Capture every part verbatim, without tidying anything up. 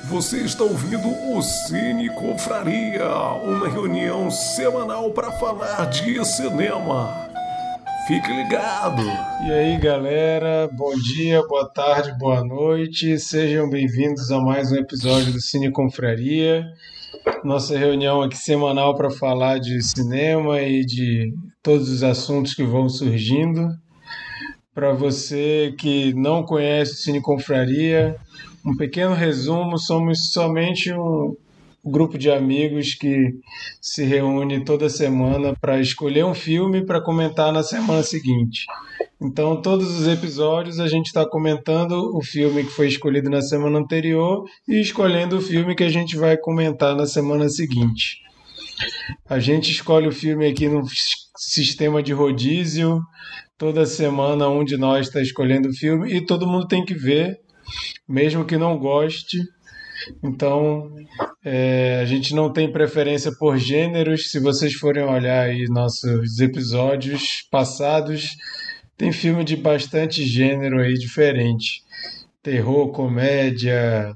Você está ouvindo o Cine Confraria, uma reunião semanal para falar de cinema. Fique ligado! E aí, galera, bom dia, boa tarde, boa noite. Sejam bem-vindos a mais um episódio do Cine Confraria. Nossa reunião aqui semanal para falar de cinema e de todos os assuntos que vão surgindo. Para você que não conhece o Cine Confraria, um pequeno resumo: somos somente um grupo de amigos que se reúne toda semana para escolher um filme para comentar na semana seguinte. Então, todos os episódios a gente está comentando o filme que foi escolhido na semana anterior e escolhendo o filme que a gente vai comentar na semana seguinte. A gente escolhe o filme aqui no sistema de rodízio. Toda semana um de nós está escolhendo o filme e todo mundo tem que ver, mesmo que não goste. Então, é, a gente não tem preferência por gêneros. Se vocês forem olhar aí nossos episódios passados, tem filme de bastante gênero aí diferente. Terror, comédia,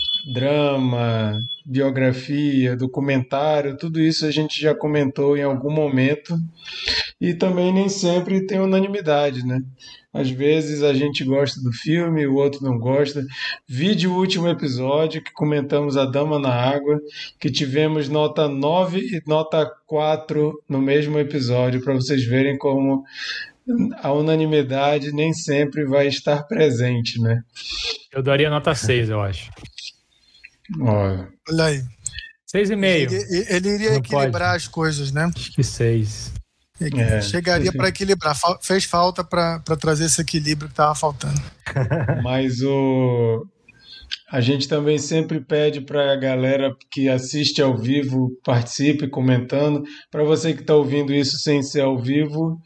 drama, biografia, documentário, tudo isso a gente já comentou em algum momento. E também nem sempre tem unanimidade, né? Às vezes a gente gosta do filme, o outro não gosta. Vide o último episódio que comentamos A Dama na Água, que tivemos nota nove e nota quatro no mesmo episódio, para vocês verem como a unanimidade nem sempre vai estar presente, né? Eu daria nota seis, eu acho. Olha, Olha aí. Seis e meio. Ele, ele iria Não equilibrar pode. as coisas, né? Acho que seis. É. Chegaria para equilibrar. Fa- Fez falta para trazer esse equilíbrio que estava faltando. mas o... a gente também sempre pede para a galera que assiste ao vivo participe comentando. Para você que está ouvindo isso sem ser ao vivo,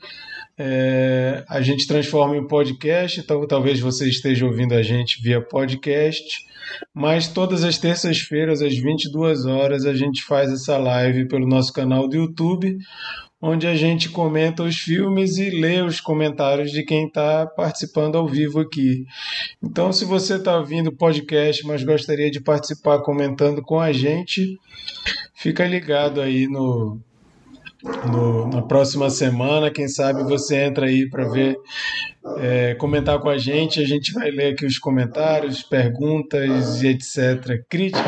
é, a gente transforma em podcast, então talvez você esteja ouvindo a gente via podcast, mas todas as terças-feiras, às vinte e duas horas, a gente faz essa live pelo nosso canal do YouTube, onde a gente comenta os filmes e lê os comentários de quem está participando ao vivo aqui. Então, se você está ouvindo o podcast, mas gostaria de participar comentando com a gente, fica ligado aí no... No, na próxima semana, quem sabe você entra aí para ver, é, comentar com a gente. A gente vai ler aqui os comentários, perguntas e etcétera. Críticas.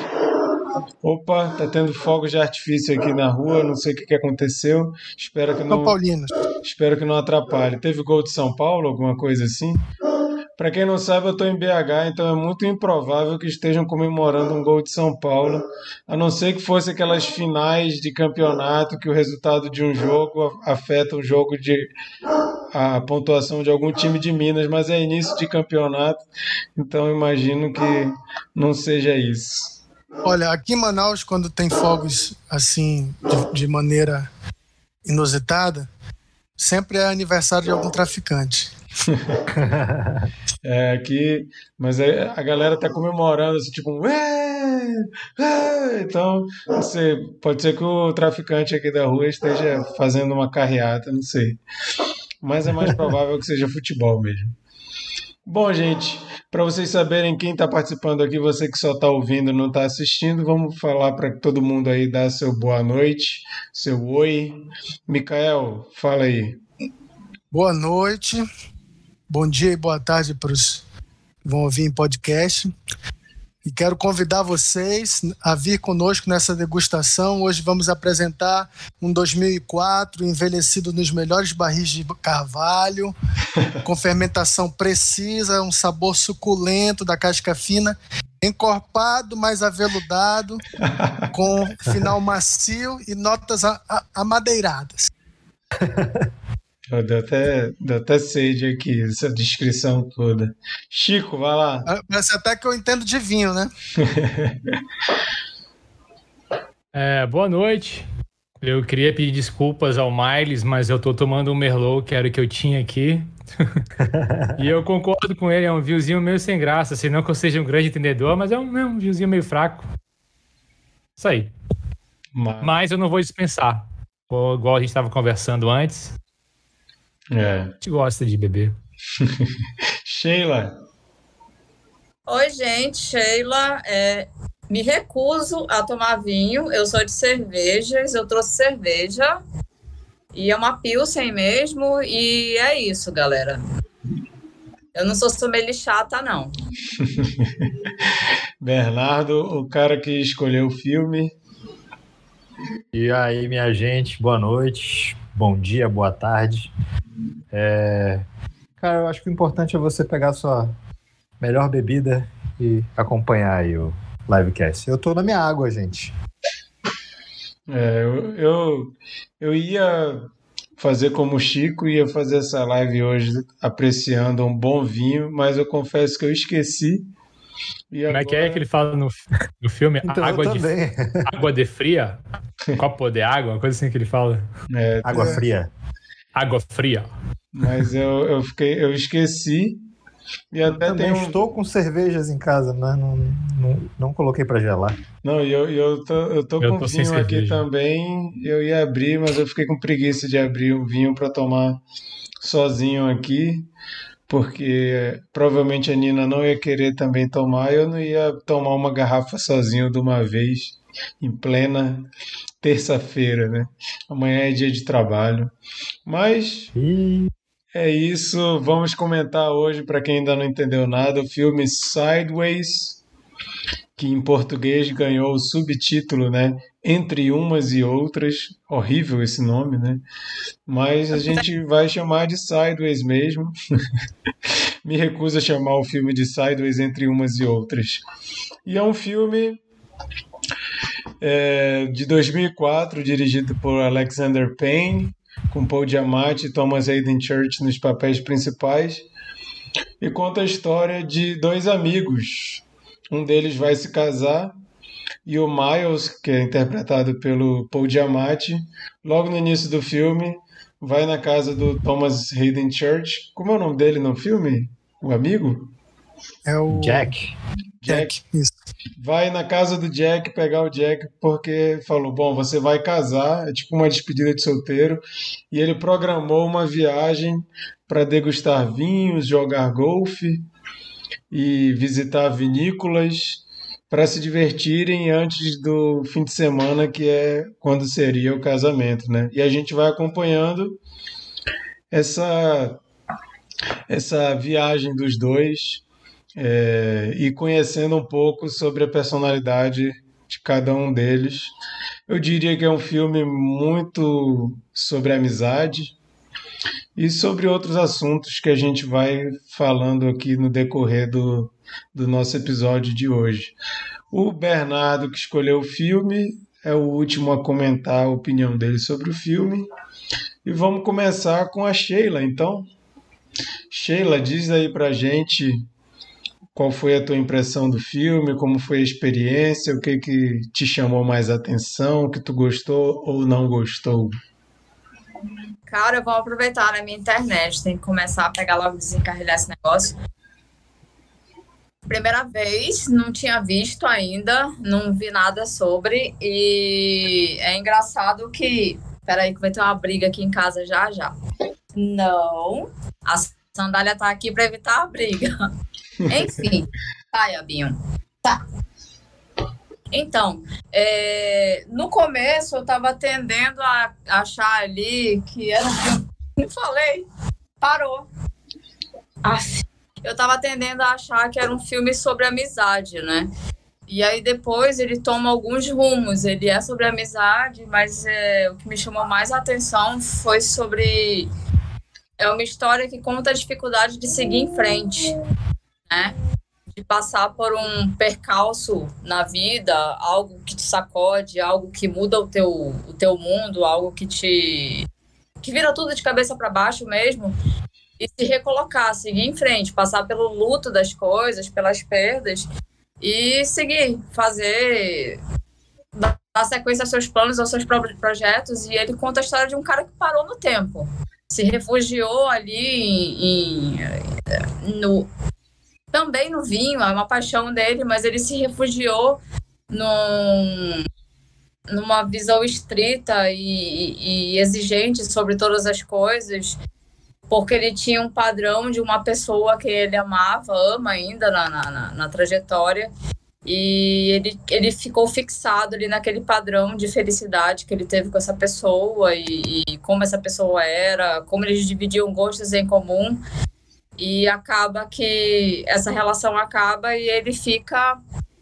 Opa, tá tendo fogos de artifício aqui na rua, não sei o que, que aconteceu. Espero que São não, Paulinos. espero que não atrapalhe. Teve gol de São Paulo, alguma coisa assim? Para quem não sabe, eu estou em B H, então é muito improvável que estejam comemorando um gol de São Paulo, a não ser que fosse aquelas finais de campeonato que o resultado de um jogo afeta o jogo de a pontuação de algum time de Minas, mas é início de campeonato, então imagino que não seja isso. Olha, aqui em Manaus, quando tem fogos assim, de, de maneira inusitada, sempre é aniversário de algum traficante. É, aqui, mas aí a galera tá comemorando, assim, tipo, ué, ué. Então, não sei, pode ser que o traficante aqui da rua esteja fazendo uma carreata, não sei. Mas é mais provável que seja futebol mesmo. Bom, gente, para vocês saberem quem está participando aqui, você que só está ouvindo e não está assistindo, vamos falar para todo mundo aí dar seu boa noite, seu oi. Micael, fala aí. Boa noite, bom dia e boa tarde para os que vão ouvir em podcast. E quero convidar vocês a vir conosco nessa degustação. Hoje vamos apresentar um dois mil e quatro envelhecido nos melhores barris de carvalho, com fermentação precisa, um sabor suculento da casca fina, encorpado, mas aveludado, com final macio e notas a- a- amadeiradas. Deu até, deu até sede aqui, essa descrição toda. Chico, vai lá. Parece até que eu entendo de vinho, né? É, boa noite. Eu queria pedir desculpas ao Miles, mas eu tô tomando um Merlot, que era o que eu tinha aqui. E eu concordo com ele, é um vinhozinho meio sem graça, assim, não que eu seja um grande entendedor, mas é um, é um vinhozinho meio fraco. Isso aí. Mas, Mas eu não vou dispensar. Igual a gente estava conversando antes. é. A gente gosta de beber. Sheila. Oi, gente, Sheila. É, me recuso a tomar vinho. Eu sou de cervejas, eu trouxe cerveja. E é uma Pilsen mesmo. E é isso, galera. Eu não sou sommelier chata, não. Bernardo, o cara que escolheu o filme. E aí, minha gente, boa noite, bom dia, boa tarde. É... Cara, eu acho que o importante é você pegar a sua melhor bebida e acompanhar aí o livecast. Eu tô na minha água, gente. É, eu, eu, eu ia fazer como o Chico, ia fazer essa live hoje apreciando um bom vinho, mas eu confesso que eu esqueci. E Como agora... é que é que ele fala no, no filme? Então, água, eu de, também. água de fria? Copo de água? Uma coisa assim que ele fala. É, Água fria. Água fria. Mas eu, eu, fiquei, eu esqueci. E Eu até também tem um... estou com cervejas em casa, né? Não, não, não coloquei pra gelar. Não, e eu, eu tô, eu tô Eu com tô sem vinho aqui cerveja. também. Eu ia abrir, mas eu fiquei com preguiça de abrir o vinho para tomar sozinho aqui, porque provavelmente a Nina não ia querer também tomar. Eu não ia tomar uma garrafa sozinho de uma vez, em plena terça-feira, né? Amanhã é dia de trabalho. Mas E é isso. Vamos comentar hoje, para quem ainda não entendeu nada, o filme Sideways, que em português ganhou o subtítulo, né? Entre Umas e Outras. Horrível esse nome, né? Mas a gente vai chamar de Sideways mesmo. Me recuso a chamar o filme de Sideways Entre Umas e Outras. E é um filme é, de dois mil e quatro, dirigido por Alexander Payne, com Paul Giamatti e Thomas Hayden Church nos papéis principais, e conta a história de dois amigos. Um deles vai se casar e o Miles, que é interpretado pelo Paul Giamatti, logo no início do filme, vai na casa do Thomas Hayden Church. Como é o nome dele no filme? O amigo? É o Jack. Jack. Isso. Vai na casa do Jack pegar o Jack porque falou, bom, você vai casar, é tipo uma despedida de solteiro, e ele programou uma viagem para degustar vinhos, jogar golfe e visitar vinícolas para se divertirem antes do fim de semana, que é quando seria o casamento, né? E a gente vai acompanhando essa, essa viagem dos dois é, e conhecendo um pouco sobre a personalidade de cada um deles. Eu diria que é um filme muito sobre amizade e sobre outros assuntos que a gente vai falando aqui no decorrer do, do nosso episódio de hoje. O Bernardo, que escolheu o filme, é o último a comentar a opinião dele sobre o filme. E vamos começar com a Sheila, então. Sheila, diz aí pra gente qual foi a tua impressão do filme, como foi a experiência, o que, que te chamou mais a atenção, o que tu gostou ou não gostou. Cara, eu vou aproveitar na minha internet. Tem que começar a pegar logo, desencarrilhar esse negócio. Primeira vez, não tinha visto ainda, não vi nada sobre. E é engraçado que... Peraí que vai ter uma briga aqui em casa já, já. Não, a sandália tá aqui para evitar a briga. Enfim, tá, Yabinho. Tá. Então, é, no começo eu tava tendendo a achar ali que era um filme... Não falei, parou. Aff. Eu tava tendendo a achar que era um filme sobre amizade, né? E aí depois ele toma alguns rumos. Ele é sobre amizade, mas é, o que me chamou mais a atenção foi sobre... É uma história que conta a dificuldade de seguir em frente, né? De passar por um percalço na vida, algo que te sacode, algo que muda o teu, o teu mundo, algo que te... que vira tudo de cabeça para baixo mesmo. E se recolocar, seguir em frente, passar pelo luto das coisas, pelas perdas e seguir, fazer, dar sequência aos seus planos, aos seus projetos. E ele conta a história de um cara que parou no tempo, se refugiou ali em, em, no, também no vinho, é uma paixão dele, mas ele se refugiou num, numa visão estrita e, e exigente sobre todas as coisas. porque ele tinha um padrão de uma pessoa que ele amava, ama ainda na, na, na, na trajetória, e ele, ele ficou fixado ali naquele padrão de felicidade que ele teve com essa pessoa, e, e como essa pessoa era, como eles dividiam gostos em comum, e acaba que essa relação acaba e ele fica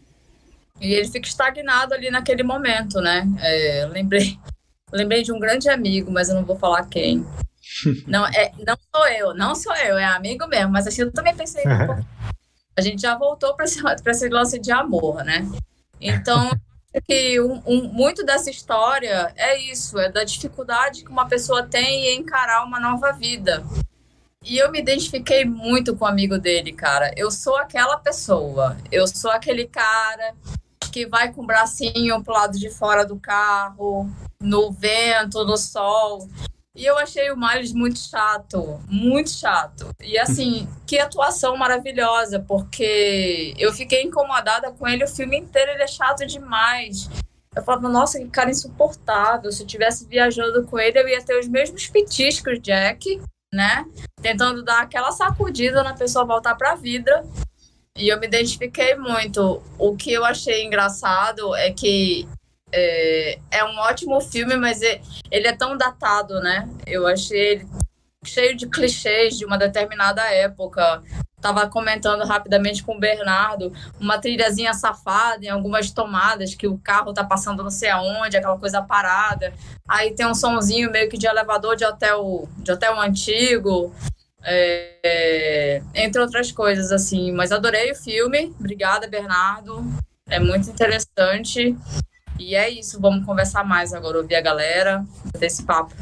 e ele fica estagnado ali naquele momento, né? É, lembrei, lembrei de um grande amigo, mas eu não vou falar quem. Não, é, não sou eu, não sou eu, é amigo mesmo, mas assim, eu também pensei um pouco. A gente já voltou para esse, para esse lance de amor, né? Então, que um, um, muito dessa história é isso, é da dificuldade que uma pessoa tem em encarar uma nova vida. E eu me identifiquei muito com o amigo dele, cara. Eu sou aquela pessoa, eu sou aquele cara que vai com o bracinho pro lado de fora do carro, no vento, no sol. E eu achei o Miles muito chato, muito chato. E assim, que atuação maravilhosa, porque eu fiquei incomodada com ele o filme inteiro, ele é chato demais. Eu falava, nossa, que cara insuportável. Se eu estivesse viajando com ele, eu ia ter os mesmos pitiscos, Jack, né? Tentando dar aquela sacudida na pessoa voltar pra vida. E eu me identifiquei muito. O que eu achei engraçado é que É, é um ótimo filme, mas ele é tão datado, né? Eu achei ele cheio de clichês de uma determinada época. Tava comentando rapidamente com o Bernardo, uma trilhazinha safada em algumas tomadas, que o carro tá passando não sei aonde, aquela coisa parada. Aí tem um sonzinho meio que de elevador de hotel, de hotel antigo, é, é, entre outras coisas, assim. Mas adorei o filme. Obrigada, Bernardo. É muito interessante. E é isso, vamos conversar mais agora, ouvir a galera, ter esse papo.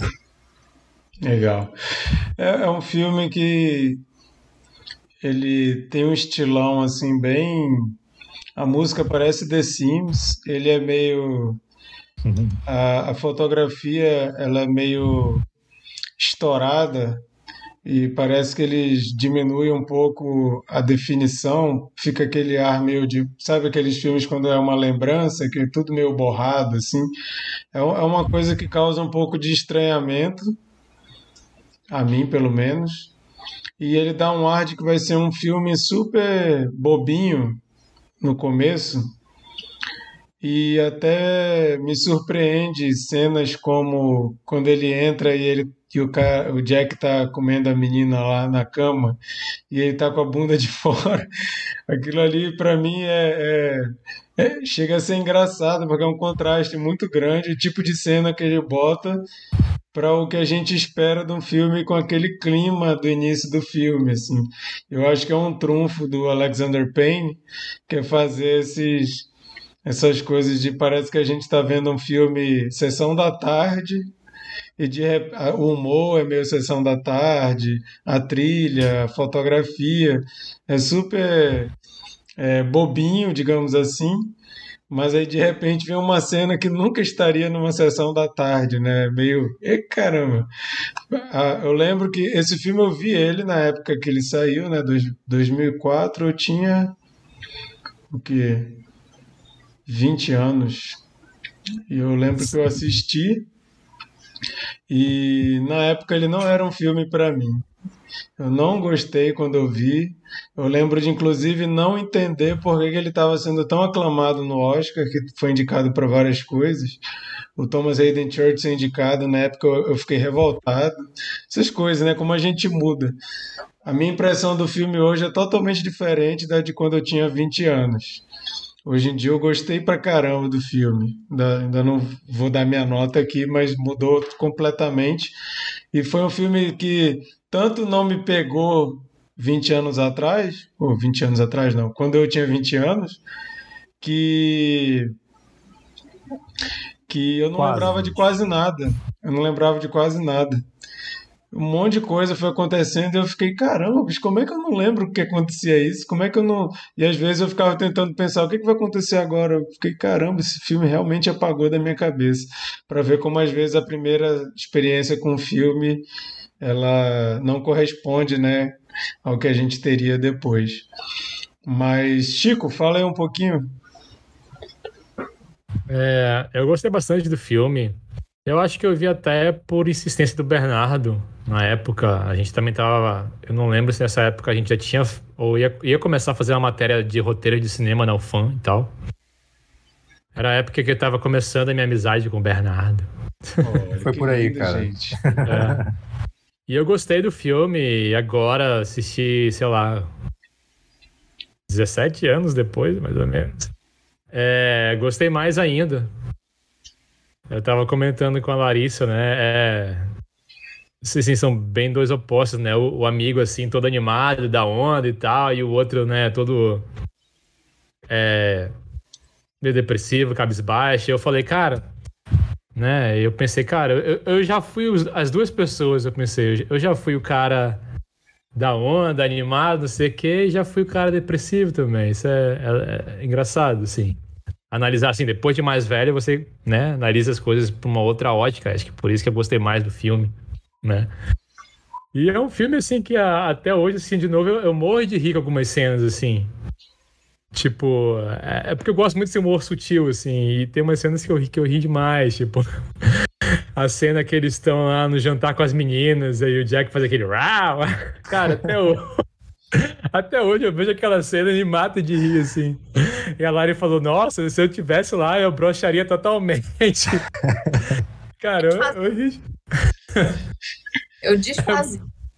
Legal. É, é um filme que ele tem um estilão assim bem... A música parece The Sims, ele é meio... A, a fotografia, ela é meio estourada e parece que eles diminuem um pouco a definição, fica aquele ar meio de... Sabe aqueles filmes quando é uma lembrança, que é tudo meio borrado, assim? É, um- é uma coisa que causa um pouco de estranhamento, a mim pelo menos, e ele dá um ar de que vai ser um filme super bobinho no começo, e até me surpreende cenas como quando ele entra e ele que o, cara, o Jack tá comendo a menina lá na cama e ele tá com a bunda de fora. Aquilo ali pra mim é, é- é- chega a ser engraçado porque é um contraste muito grande, o tipo de cena que ele bota para o que a gente espera de um filme com aquele clima do início do filme, assim. Eu acho que é um trunfo do Alexander Payne, que é fazer esses essas coisas de parece que a gente está vendo um filme sessão da tarde e de rep- a- o humor é meio sessão da tarde, a trilha, a fotografia é super é, bobinho, digamos assim, mas aí de repente vem uma cena que nunca estaria numa sessão da tarde, né? Meio, e caramba. Ah, eu lembro que esse filme eu vi ele na época que ele saiu, né? Dois- dois mil e quatro eu tinha o quê? Vinte anos. E eu lembro que eu assisti e na época ele não era um filme para mim. Eu não gostei quando eu vi. Eu lembro de, inclusive, não entender por que que ele estava sendo tão aclamado no Oscar, que foi indicado para várias coisas. O Thomas Hayden Church ser indicado, na época eu, eu fiquei revoltado. Essas coisas, né? Como a gente muda. A minha impressão do filme hoje é totalmente diferente da de quando eu tinha vinte anos. Hoje em dia eu gostei pra caramba do filme. Ainda, ainda não vou dar minha nota aqui, mas mudou completamente. E foi um filme que tanto não me pegou vinte anos atrás, ou vinte anos atrás não, quando eu tinha vinte anos, que, que eu não Quase lembrava de vinte. quase nada. Eu não lembrava de quase nada. Um monte de coisa foi acontecendo e eu fiquei, caramba, bicho, como é que eu não lembro que acontecia isso? Como é que eu não. E às vezes eu ficava tentando pensar o que que vai acontecer agora. Eu fiquei, caramba, esse filme realmente apagou da minha cabeça. Pra ver como às vezes a primeira experiência com o filme ela não corresponde, né, ao que a gente teria depois. Mas, Chico, fala aí um pouquinho. É, eu gostei bastante do filme. Eu acho que eu vi até por insistência do Bernardo. Na época, a gente também tava. Eu não lembro se nessa época a gente já tinha. Ou ia, ia começar a fazer uma matéria de roteiro de cinema na U F A M e tal. Era a época que eu tava começando a minha amizade com o Bernardo. Olha, Foi que por aí, lindo, cara. gente. É. E eu gostei do filme, e agora assisti, sei lá, dezessete anos depois, mais ou menos. É, gostei mais ainda. Eu tava comentando com a Larissa, né? É, assim, são bem dois opostos, né? O, o amigo, assim, todo animado, da onda e tal, e o outro, né, todo é, meio depressivo, cabisbaixo. E eu falei, cara, né? Eu pensei, cara, eu, eu já fui os- as duas pessoas, eu pensei, eu já fui o cara da onda, animado, não sei o quê, e já fui o cara depressivo também. Isso é, é- é engraçado, assim. Analisar assim, depois de mais velho, você, né, analisa as coisas por uma outra ótica. Acho que por isso que eu gostei mais do filme, né? E é um filme, assim, que a- até hoje, assim, de novo, eu, eu morro de rir com algumas cenas, assim. Tipo, é, é porque eu gosto muito desse humor sutil, assim, e tem umas cenas que eu ri, que eu ri demais, tipo, a cena que eles estão lá no jantar com as meninas, aí o Jack faz aquele rau. Cara, até hoje, até hoje eu vejo aquela cena e me mata de rir, assim. E a Lari falou, nossa, se eu tivesse lá, eu broxaria totalmente. Cara, eu, eu ri. Eu desfazia.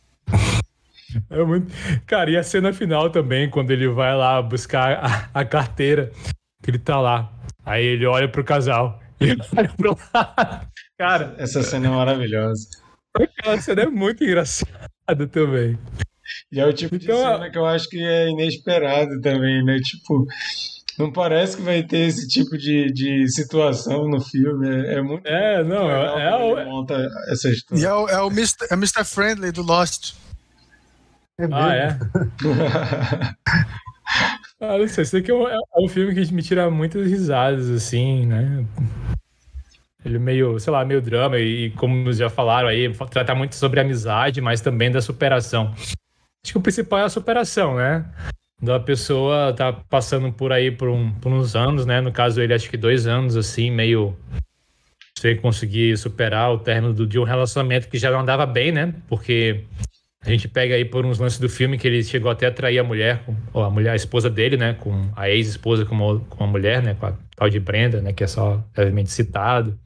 É muito... Cara, e a cena final também, quando ele vai lá buscar a, a carteira, que ele tá lá. Aí ele olha pro casal e ele olha pro lado. Cara, Essa cena é maravilhosa. aquela cena é muito engraçada também. E é o tipo de Então, cena que eu acho que é inesperado também, né? Tipo, não parece que vai ter esse tipo de, de situação no filme. É, é muito, é, muito não, legal é, quando é, ele monta essa E história. é o, é o mister é mister Friendly do Lost. É Ah, mesmo? é? Ah, não sei, isso aqui é um, é um filme que me tira muitas risadas, assim, né? Ele é meio, sei lá, meio drama e, como já falaram aí, trata muito sobre amizade, mas também da superação. Acho que o principal é a superação, né? Da pessoa tá passando por aí por, um, por uns anos, né? No caso, ele acho que dois anos, assim, meio sem conseguir superar o término do- de um relacionamento que já não andava bem, né? Porque a gente pega aí por uns lances do filme que ele chegou até a trair a mulher, com, ou a mulher, a esposa dele, né? Com a ex-esposa com uma, com a mulher, né? Com a tal de Brenda, né? Que é só levemente citado.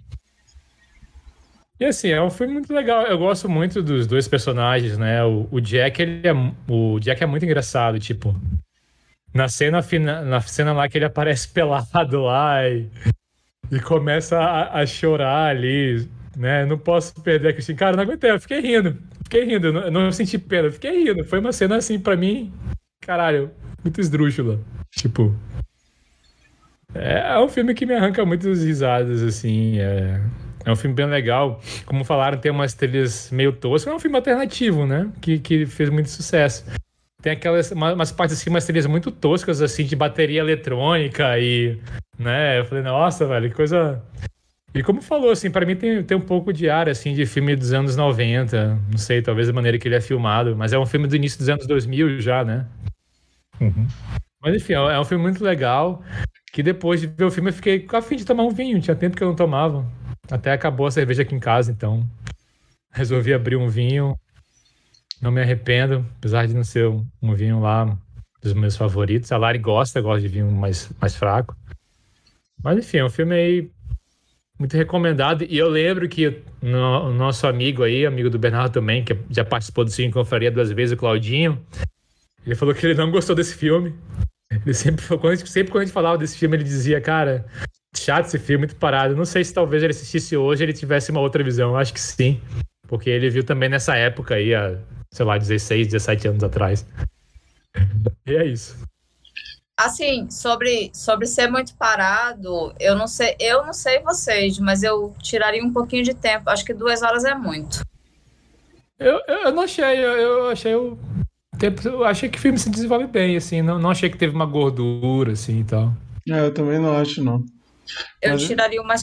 E assim, é um filme muito legal. Eu gosto muito dos dois personagens, né? O, o Jack, ele é, o Jack é muito engraçado, tipo, na cena, fina, na cena lá que ele aparece pelado lá e, e começa a, a chorar ali, né? Não posso perder aqui assim, cara, não aguentei, eu fiquei rindo, fiquei rindo, eu não, eu não senti pena, eu fiquei rindo. Foi uma cena assim, pra mim, caralho, muito esdrúxula. Tipo, é, é um filme que me arranca muitas risadas, assim, é. É um filme bem legal. Como falaram, tem umas trilhas meio toscas. É um filme alternativo, né? Que, que fez muito sucesso. Tem aquelas uma- umas partes assim, umas trilhas muito toscas, assim, de bateria eletrônica e, né? Eu falei, nossa, velho, que coisa. E como falou, assim, pra mim tem, tem um pouco de ar, assim, de filme dos anos noventa. Não sei, talvez a maneira que ele é filmado. Mas é um filme do início dos anos dois mil já, né? Uhum. Mas enfim, é é um filme muito legal. Que depois de ver o filme eu fiquei com a fim de tomar um vinho. Tinha tempo que eu não tomava. Até acabou a cerveja aqui em casa, então resolvi abrir um vinho. Não me arrependo, apesar de não ser um, um vinho lá dos meus favoritos. A Lari gosta, gosta de vinho mais, mais fraco. Mas enfim, é um filme aí muito recomendado. E eu lembro que no- o nosso amigo aí, amigo do Bernardo também, que já participou do Cine Confraria duas vezes, o Claudinho, ele falou que ele não gostou desse filme. Ele sempre, falou- quando a gente- sempre quando a gente falava desse filme, ele dizia, cara, chato esse filme, muito parado. Não sei se talvez ele assistisse hoje ele tivesse uma outra visão. Eu acho que sim. Porque ele viu também nessa época aí, há, sei lá, dezesseis, dezessete anos atrás. E é isso. Assim, sobre, sobre ser muito parado, eu não sei, eu não sei vocês, mas eu tiraria um pouquinho de tempo. Acho que duas horas é muito. Eu, eu, eu não achei, eu, eu achei o tempo, eu achei que o filme se desenvolve bem, assim. Não, não achei que teve uma gordura, assim e tal. É, eu também não acho, não. Eu Mas, tiraria umas.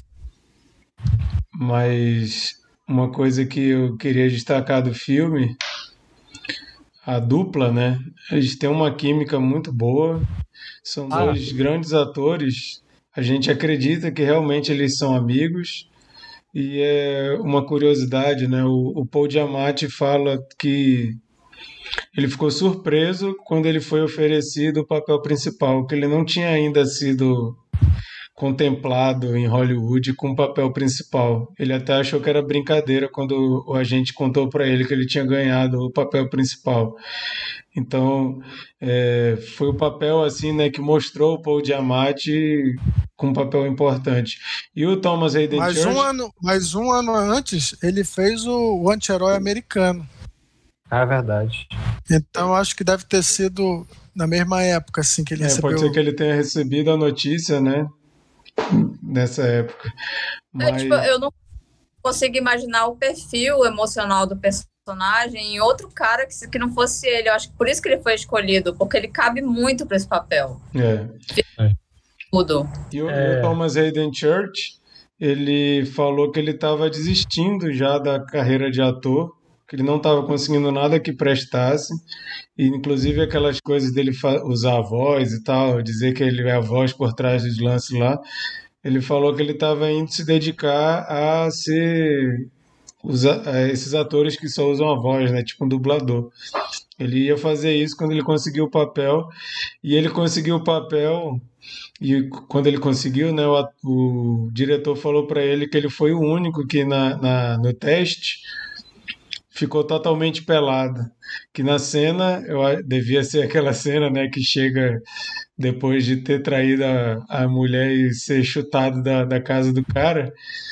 mas uma coisa que eu queria destacar do filme, a dupla, né? Eles têm uma química muito boa. São dois grandes atores. A gente acredita que realmente eles são amigos. E é uma curiosidade, né? O, o Paul Giamatti fala que ele ficou surpreso quando ele foi oferecido o papel principal, que ele não tinha ainda sido contemplado em Hollywood com o papel principal. Ele até achou que era brincadeira quando o agente contou para ele que ele tinha ganhado o papel principal. Então, é, foi o papel assim, né, que mostrou o Paul Giamatti com um papel importante. E o Thomas Hayden Mas Church... um ano, mas um ano antes, ele fez o, o anti-herói americano. Ah, é verdade. Então, acho que deve ter sido na mesma época, assim, que ele É, recebeu. pode ser que ele tenha recebido a notícia, né, nessa época. Eu, Mas... tipo, eu não consigo imaginar o perfil emocional do personagem em outro cara que, se- que não fosse ele. Eu acho que por isso que ele foi escolhido, porque ele cabe muito para esse papel. É. Tudo. E o, e o É. Thomas Hayden Church, ele falou que ele estava desistindo já da carreira de ator, que ele não estava conseguindo nada que prestasse, e inclusive aquelas coisas dele fa- usar a voz e tal, dizer que ele é a voz por trás dos lances lá, ele falou que ele estava indo se dedicar a ser os a- a esses atores que só usam a voz, né, tipo um dublador. Ele ia fazer isso quando ele conseguiu o papel, e ele conseguiu o papel. E quando ele conseguiu, né, o, at- o diretor falou para ele que ele foi o único que na, na- no teste ficou totalmente pelado. Que na cena, eu, a- devia ser aquela cena, né, que chega depois de ter traído a, a mulher e ser chutado da, da casa do cara,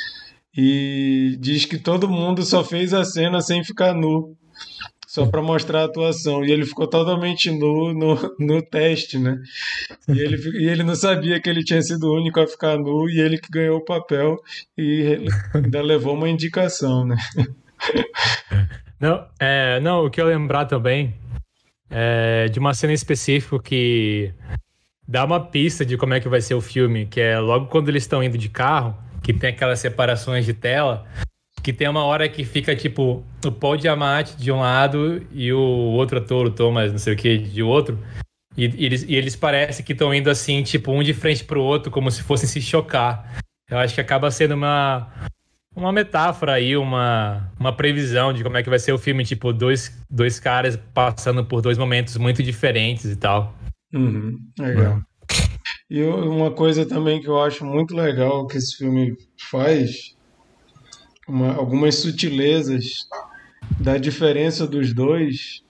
e diz que todo mundo só fez a cena sem ficar nu. Só para mostrar a atuação. E ele ficou totalmente nu no, no teste, né? E ele, e ele não sabia que ele tinha sido o único a ficar nu, e ele que ganhou o papel e ainda levou uma indicação, né? Não, é, não, o que eu lembrar também é de uma cena específica que dá uma pista de como é que vai ser o filme, que é logo quando eles estão indo de carro, que tem aquelas separações de tela, que tem uma hora que fica tipo o Paul Giamatti de um lado e o outro ator, o Thomas, não sei o que, de outro. E, e eles, e eles parecem que estão indo assim, tipo, um de frente pro outro, como se fossem se chocar. Eu acho que acaba sendo uma, uma metáfora aí, uma, uma previsão de como é que vai ser o filme, tipo, dois, dois caras passando por dois momentos muito diferentes e tal. Uhum, legal. E eu- uma coisa também que eu acho muito legal que esse filme faz, uma- algumas sutilezas da diferença dos dois,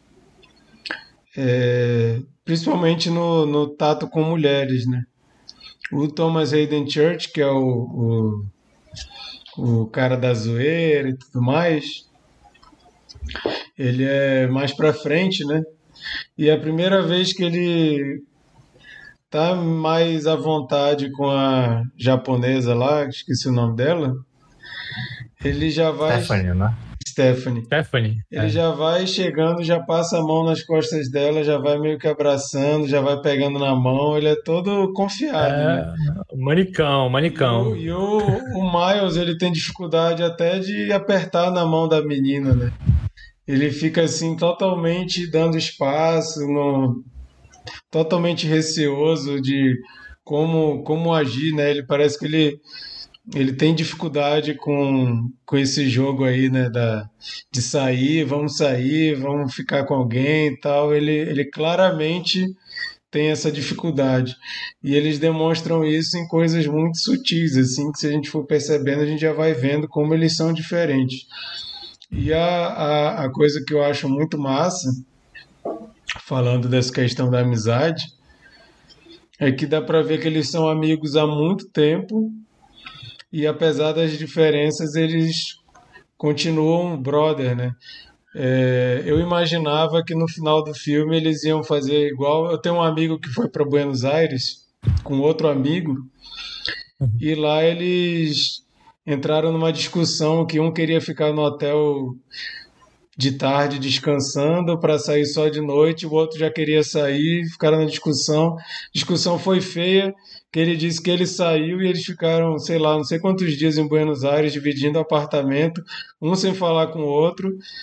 é, principalmente no, no tato com mulheres, né? O Thomas Hayden Church, que é o, o, o cara da zoeira e tudo mais, ele é mais pra frente, né? E é a primeira vez que ele tá mais à vontade com a japonesa lá, esqueci o nome dela, ele já vai... Stephanie, né? Stephanie. Stephanie. Ele é. já vai chegando, já passa a mão nas costas dela, já vai meio que abraçando, já vai pegando na mão, ele é todo confiado, né? É, manicão, E, manicão. o, e o, o Miles, ele tem dificuldade até de apertar na mão da menina, né? Ele fica assim, totalmente dando espaço, no, totalmente receoso de como, como agir, né? Ele parece que ele, ele tem dificuldade com, com esse jogo aí, né? Da, de sair, vamos sair, vamos ficar com alguém e tal. Ele, ele claramente tem essa dificuldade. E eles demonstram isso em coisas muito sutis, assim, que se a gente for percebendo, a gente já vai vendo como eles são diferentes. E a, a, a coisa que eu acho muito massa, falando dessa questão da amizade, é que dá para ver que eles são amigos há muito tempo e apesar das diferenças, eles continuam brother, né? É, eu imaginava que no final do filme eles iam fazer igual. Eu tenho um amigo que foi para Buenos Aires com outro amigo e lá eles entraram numa discussão que um queria ficar no hotel de tarde descansando para sair só de noite, o outro já queria sair, ficaram na discussão. A discussão foi feia, que ele disse que ele saiu e eles ficaram, sei lá, não sei quantos dias em Buenos Aires dividindo apartamento, um sem falar com o outro.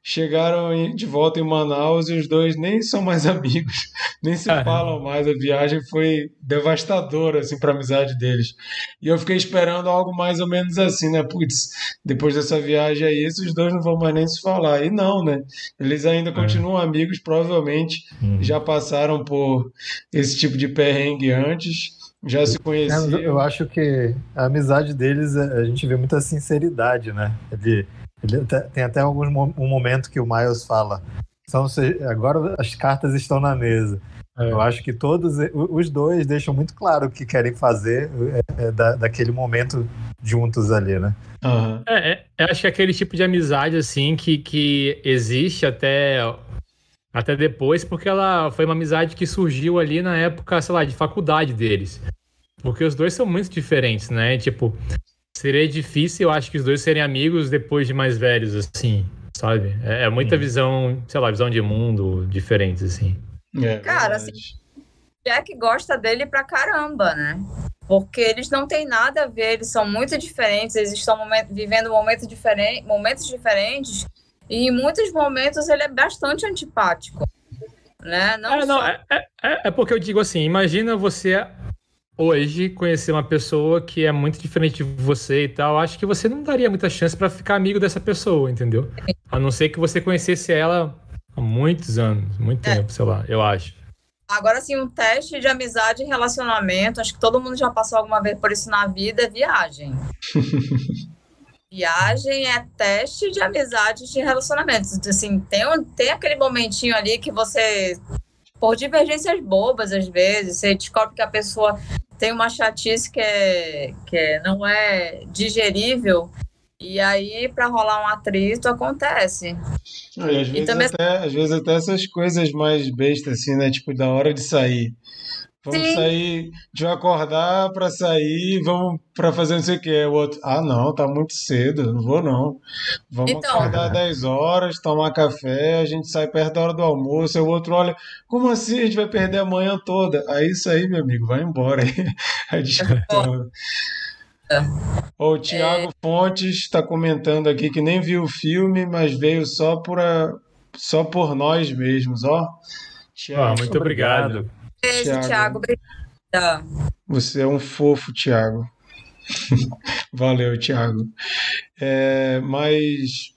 chegaram de volta em Manaus e os dois nem são mais amigos, nem se falam mais. A viagem foi devastadora assim, para a amizade deles. E eu fiquei esperando algo mais ou menos assim, né? Putz, depois dessa viagem aí, esses dois não vão mais nem se falar. E não, né? Eles ainda continuam é. amigos, provavelmente hum. já passaram por esse tipo de perrengue antes. Já se conheciam. É, eu acho que a amizade deles, a gente vê muita sinceridade, né? Ele, ele tem até alguns, um momento que o Miles fala, são, agora as cartas estão na mesa. É. Eu acho que todos os dois deixam muito claro o que querem fazer é, é, da, daquele momento juntos ali, né? Uhum. É, é, eu acho que é aquele tipo de amizade assim que, que existe até, até depois, porque ela foi uma amizade que surgiu ali na época, sei lá, de faculdade deles. Porque os dois são muito diferentes, né? Tipo, seria difícil, eu acho, que os dois serem amigos depois de mais velhos, assim, sabe? É, é muita hum. visão, sei lá, visão de mundo diferentes, assim. É, cara, assim, Jack gosta dele pra caramba, né? Porque eles não têm nada a ver, eles são muito diferentes, eles estão momento, vivendo momento diferente, momentos diferentes, e em muitos momentos ele é bastante antipático, né? Não, é, não é, é, é porque eu digo assim, imagina você hoje conhecer uma pessoa que é muito diferente de você e tal, acho que você não daria muita chance pra ficar amigo dessa pessoa, entendeu? A não ser que você conhecesse ela há muitos anos, muito é. tempo, sei lá, eu acho. Agora, assim, um teste de amizade e relacionamento, acho que todo mundo já passou alguma vez por isso na vida, é viagem. Viagem é teste de amizade e de relacionamento. Assim, tem, um, tem aquele momentinho ali que você, por divergências bobas, às vezes, você descobre que a pessoa tem uma chatice que, é, que é, não é digerível, e aí, para rolar um atrito, acontece. E às, vezes e também... até, às vezes até essas coisas mais bestas, assim, né? Tipo, da hora de sair. Vamos Sim. sair, a gente vai acordar pra sair, vamos pra fazer não sei o que. O outro, ah, não, tá muito cedo, não vou não. Vamos então, acordar às dez horas, tomar café, a gente sai perto da hora do almoço, aí o outro olha, como assim? A gente vai perder a manhã toda. Aí isso aí, meu amigo, vai embora. Aí discutindo. O Thiago é... Fontes está comentando aqui que nem viu o filme, mas veio só por, a, só por nós mesmos, ó. Thiago, ah, muito obrigado. obrigado. Beijo, Thiago. Thiago. Obrigada. Você é um fofo, Thiago. Valeu, Thiago. É, mas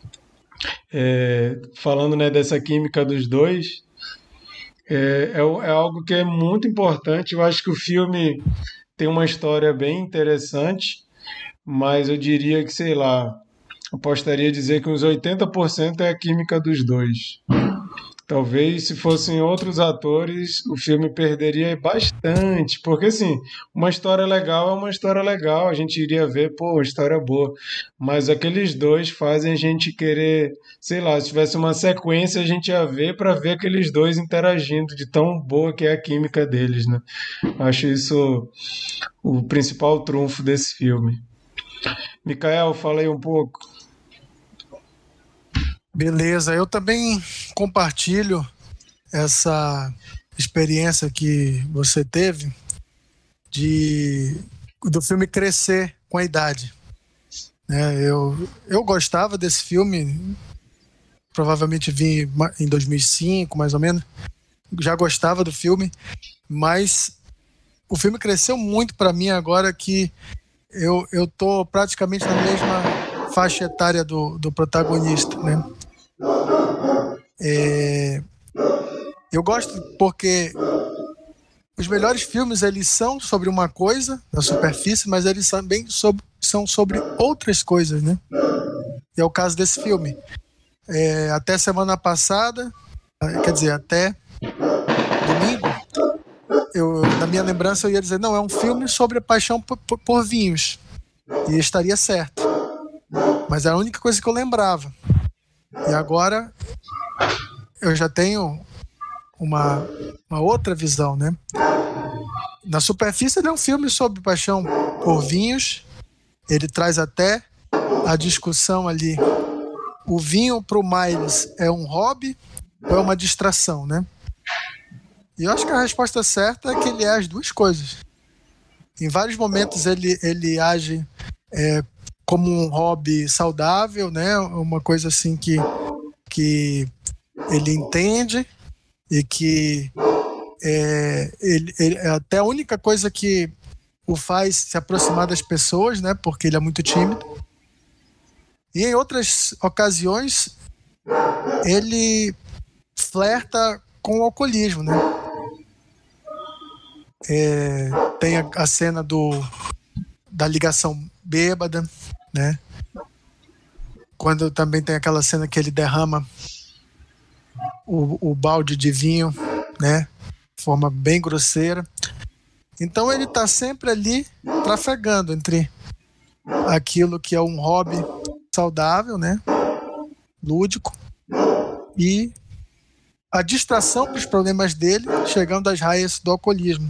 é, falando, né, dessa química dos dois, é, é, é algo que é muito importante. Eu acho que o filme tem uma história bem interessante, mas eu diria que, sei lá, apostaria a dizer que uns oitenta por cento é a química dos dois. Talvez, se fossem outros atores, o filme perderia bastante, porque, assim, uma história legal é uma história legal, a gente iria ver, pô, uma história boa, mas aqueles dois fazem a gente querer, sei lá, se tivesse uma sequência, a gente ia ver para ver aqueles dois interagindo, de tão boa que é a química deles, né? Acho isso o principal trunfo desse filme. Micael, fala aí um pouco. Beleza, eu também compartilho essa experiência que você teve de, do filme crescer com a idade. É, eu, eu gostava desse filme, provavelmente vi em dois mil e cinco, mais ou menos, já gostava do filme, mas o filme cresceu muito para mim agora que eu, eu tô praticamente na mesma faixa etária do, do protagonista, né? É, eu gosto porque os melhores filmes eles são sobre uma coisa na superfície, mas eles também sobre, são sobre outras coisas, né? E é o caso desse filme. É, até semana passada, quer dizer, até domingo, eu, na minha lembrança eu ia dizer, não, é um filme sobre a paixão por, por, por vinhos. E estaria certo. Mas era a única coisa que eu lembrava. E agora eu já tenho uma, uma outra visão, né? Na superfície ele é um filme sobre paixão por vinhos. Ele traz até a discussão ali. O vinho para o Miles é um hobby ou é uma distração, né? E eu acho que a resposta certa é que ele é as duas coisas. Em vários momentos ele, ele age é, como um hobby saudável, né? Uma coisa assim que, que ele entende e que é, ele, ele, até a única coisa que o faz se aproximar das pessoas, né? Porque ele é muito tímido. E em outras ocasiões ele flerta com o alcoolismo, né? É, tem a, a cena do, da ligação bêbada, né? Quando também tem aquela cena que ele derrama o, o balde de vinho, né? De forma bem grosseira. Então ele está sempre ali trafegando entre aquilo que é um hobby saudável, né? Lúdico, e a distração para os problemas dele, chegando às raias do alcoolismo.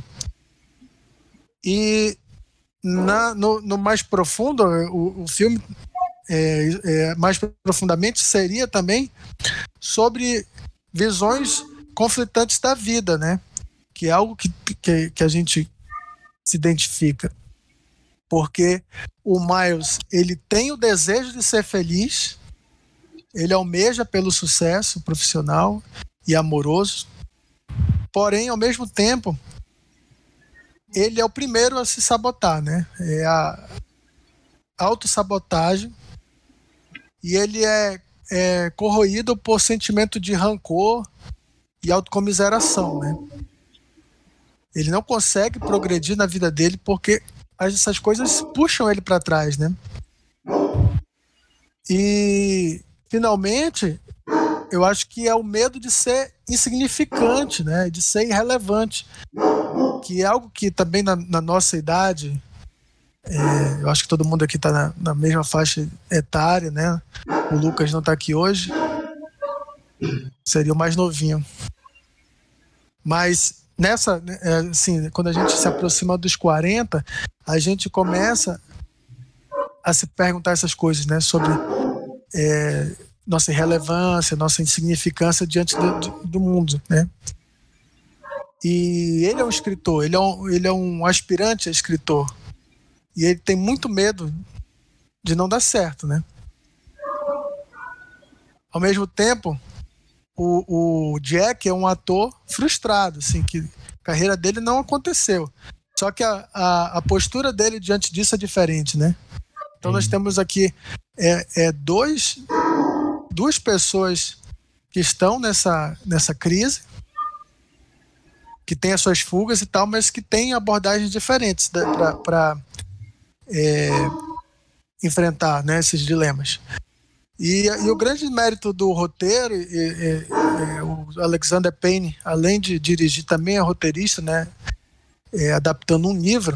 E na, no, no mais profundo, o, o filme é, é, mais profundamente seria também sobre visões conflitantes da vida, né? Que é algo que, que, que a gente se identifica. Porque o Miles, ele tem o desejo de ser feliz, ele almeja pelo sucesso profissional e amoroso, porém, ao mesmo tempo, ele é o primeiro a se sabotar, né? É a autossabotagem, e ele é, é corroído por sentimento de rancor e autocomiseração, né? Ele não consegue progredir na vida dele porque essas coisas puxam ele para trás, né? E finalmente, eu acho que é o medo de ser insignificante, né? De ser irrelevante, que é algo que também na, na nossa idade, é, eu acho que todo mundo aqui está na, na mesma faixa etária, né? O Lucas não está aqui hoje, seria o mais novinho. Mas nessa, assim, quando a gente se aproxima dos quarenta, a gente começa a se perguntar essas coisas, né? Sobre é, nossa irrelevância, nossa insignificância diante do, do, do mundo, né? E ele é um escritor, ele é um, ele é um aspirante a escritor. E ele tem muito medo de não dar certo, né? Ao mesmo tempo, o, o Jack é um ator frustrado, assim, que a carreira dele não aconteceu. Só que a, a, a postura dele diante disso é diferente, né? Então nós temos aqui é, é dois, duas pessoas que estão nessa, nessa crise, que têm as suas fugas e tal, mas que têm abordagens diferentes para é, enfrentar, né, esses dilemas. E, e o grande mérito do roteiro, e, e, e, o Alexander Payne, além de dirigir, também é roteirista, né, é, adaptando um livro.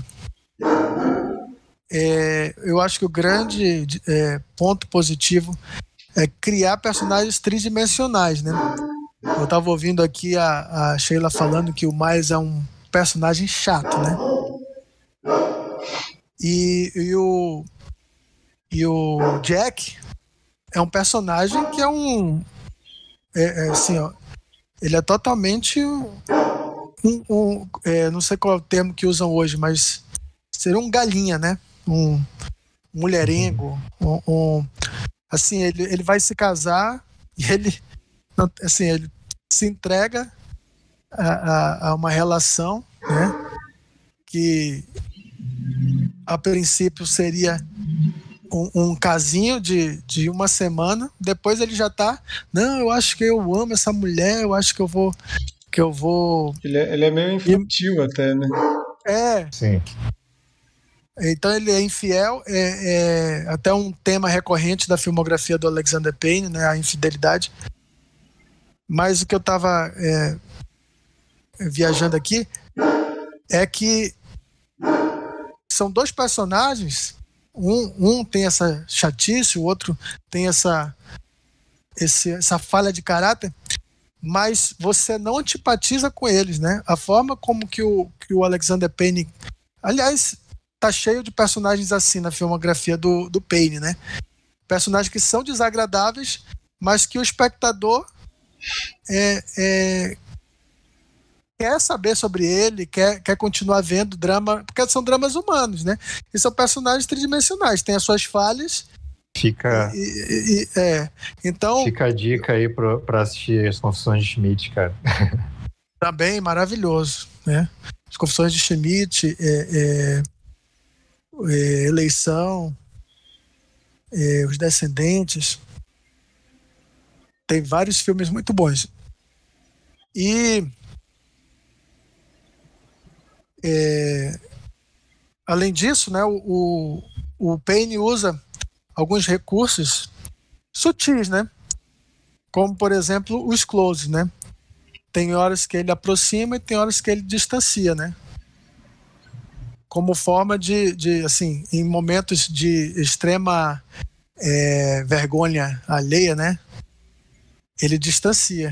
É, eu acho que o grande é, ponto positivo é criar personagens tridimensionais, né? Eu estava ouvindo aqui a, a Sheila falando que o Miles é um personagem chato, né? E, e, o, e o Jack é um personagem que é um... É, é assim, ó, ele é totalmente um... um é, não sei qual é o termo que usam hoje, mas seria um galinha, né? Um mulherengo. Um, um, assim, ele, ele vai se casar e ele... Assim, ele se entrega a, a, a uma relação, né, que a princípio seria um, um casinho de, de uma semana. Depois ele já tá, não, eu acho que eu amo essa mulher, eu acho que eu vou que eu vou ele é, ele é meio infantil e, até, né? É. Sim. Então ele é infiel, é, é até um tema recorrente da filmografia do Alexander Payne, né, a infidelidade. Mas o que eu estava é, viajando aqui é que são dois personagens, um, um tem essa chatice, o outro tem essa, esse, essa falha de caráter, mas você não antipatiza com eles, né? A forma como que o, que o Alexander Payne... Aliás, tá cheio de personagens assim na filmografia do, do Payne, né? Personagens que são desagradáveis, mas que o espectador É, é, quer saber sobre ele, quer, quer continuar vendo drama, porque são dramas humanos, né? E são personagens tridimensionais, têm as suas falhas Fica, E, e- e- é. Então, fica a dica aí pro, pra assistir As Confissões de Schmidt, cara. também maravilhoso, né? As Confissões de Schmidt, é, é, é, Eleição, é, Os Descendentes. Tem vários filmes muito bons. E é, além disso, né, o, o, o Payne usa alguns recursos sutis, né? Como, por exemplo, os closes, né? Tem horas que ele aproxima e tem horas que ele distancia, né? Como forma de, de assim, em momentos de extrema é, vergonha alheia, né? Ele distancia.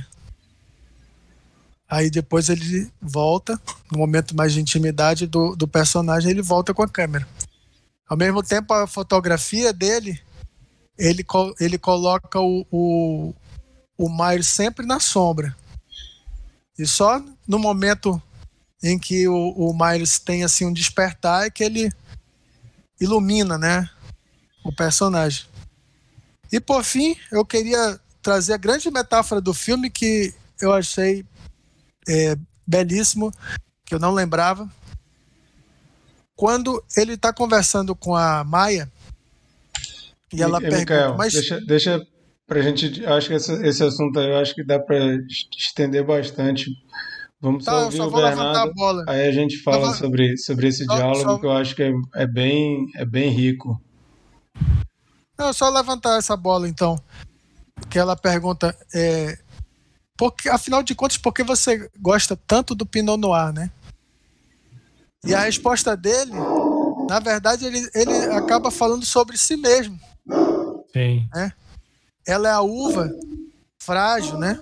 Aí depois ele volta, no momento mais de intimidade do, do personagem, ele volta com a câmera. Ao mesmo tempo, a fotografia dele, ele, co- ele coloca o, o, o Myers sempre na sombra. E só no momento em que o, o Myers tem assim um despertar é que ele ilumina, né, o personagem. E por fim, eu queria trazer a grande metáfora do filme que eu achei é, belíssimo, que eu não lembrava. Quando ele está conversando com a Maia e ela E, pergunta, Micael, mas deixa, deixa pra gente. Acho que esse, esse assunto aí eu acho que dá pra estender bastante. Vamos tá, só eu ouvir só o vou levantar a Bernardo, bola. aí a gente Só fala vou- sobre, sobre esse só- diálogo só- que eu acho que é, é, bem, é bem rico. Não, só levantar essa bola então. Que ela pergunta, é, porque, afinal de contas, por que você gosta tanto do Pinot Noir, né? E a resposta dele, na verdade, ele, ele acaba falando sobre si mesmo. Sim. Ela é a uva frágil, né?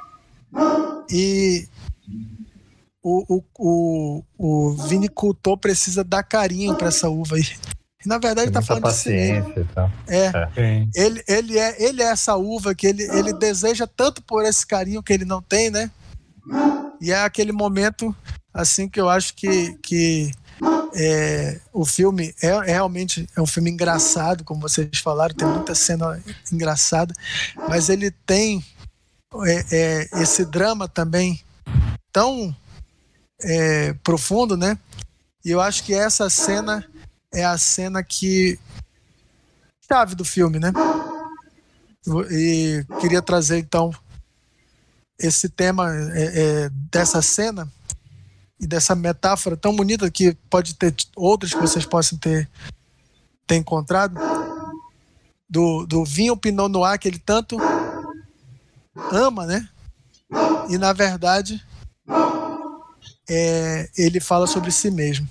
E o, o, o, o vinicultor precisa dar carinho para essa uva aí. E, na verdade, Tem ele está muita falando de si mesmo. paciência e tal. É. Sim. Ele, ele, é, ele é essa uva que ele, ele deseja tanto por esse carinho que ele não tem, né? E é aquele momento, assim, que eu acho que, que é, o filme é, é realmente é um filme engraçado, como vocês falaram, tem muita cena engraçada, mas ele tem é, é, esse drama também tão é, profundo, né? E eu acho que essa cena é a cena que chave do filme, né? E queria trazer então esse tema é, é, dessa cena e dessa metáfora tão bonita que pode ter outras que vocês possam ter, ter encontrado do, do vinho Pinot Noir que ele tanto ama, né? E na verdade é, ele fala sobre si mesmo.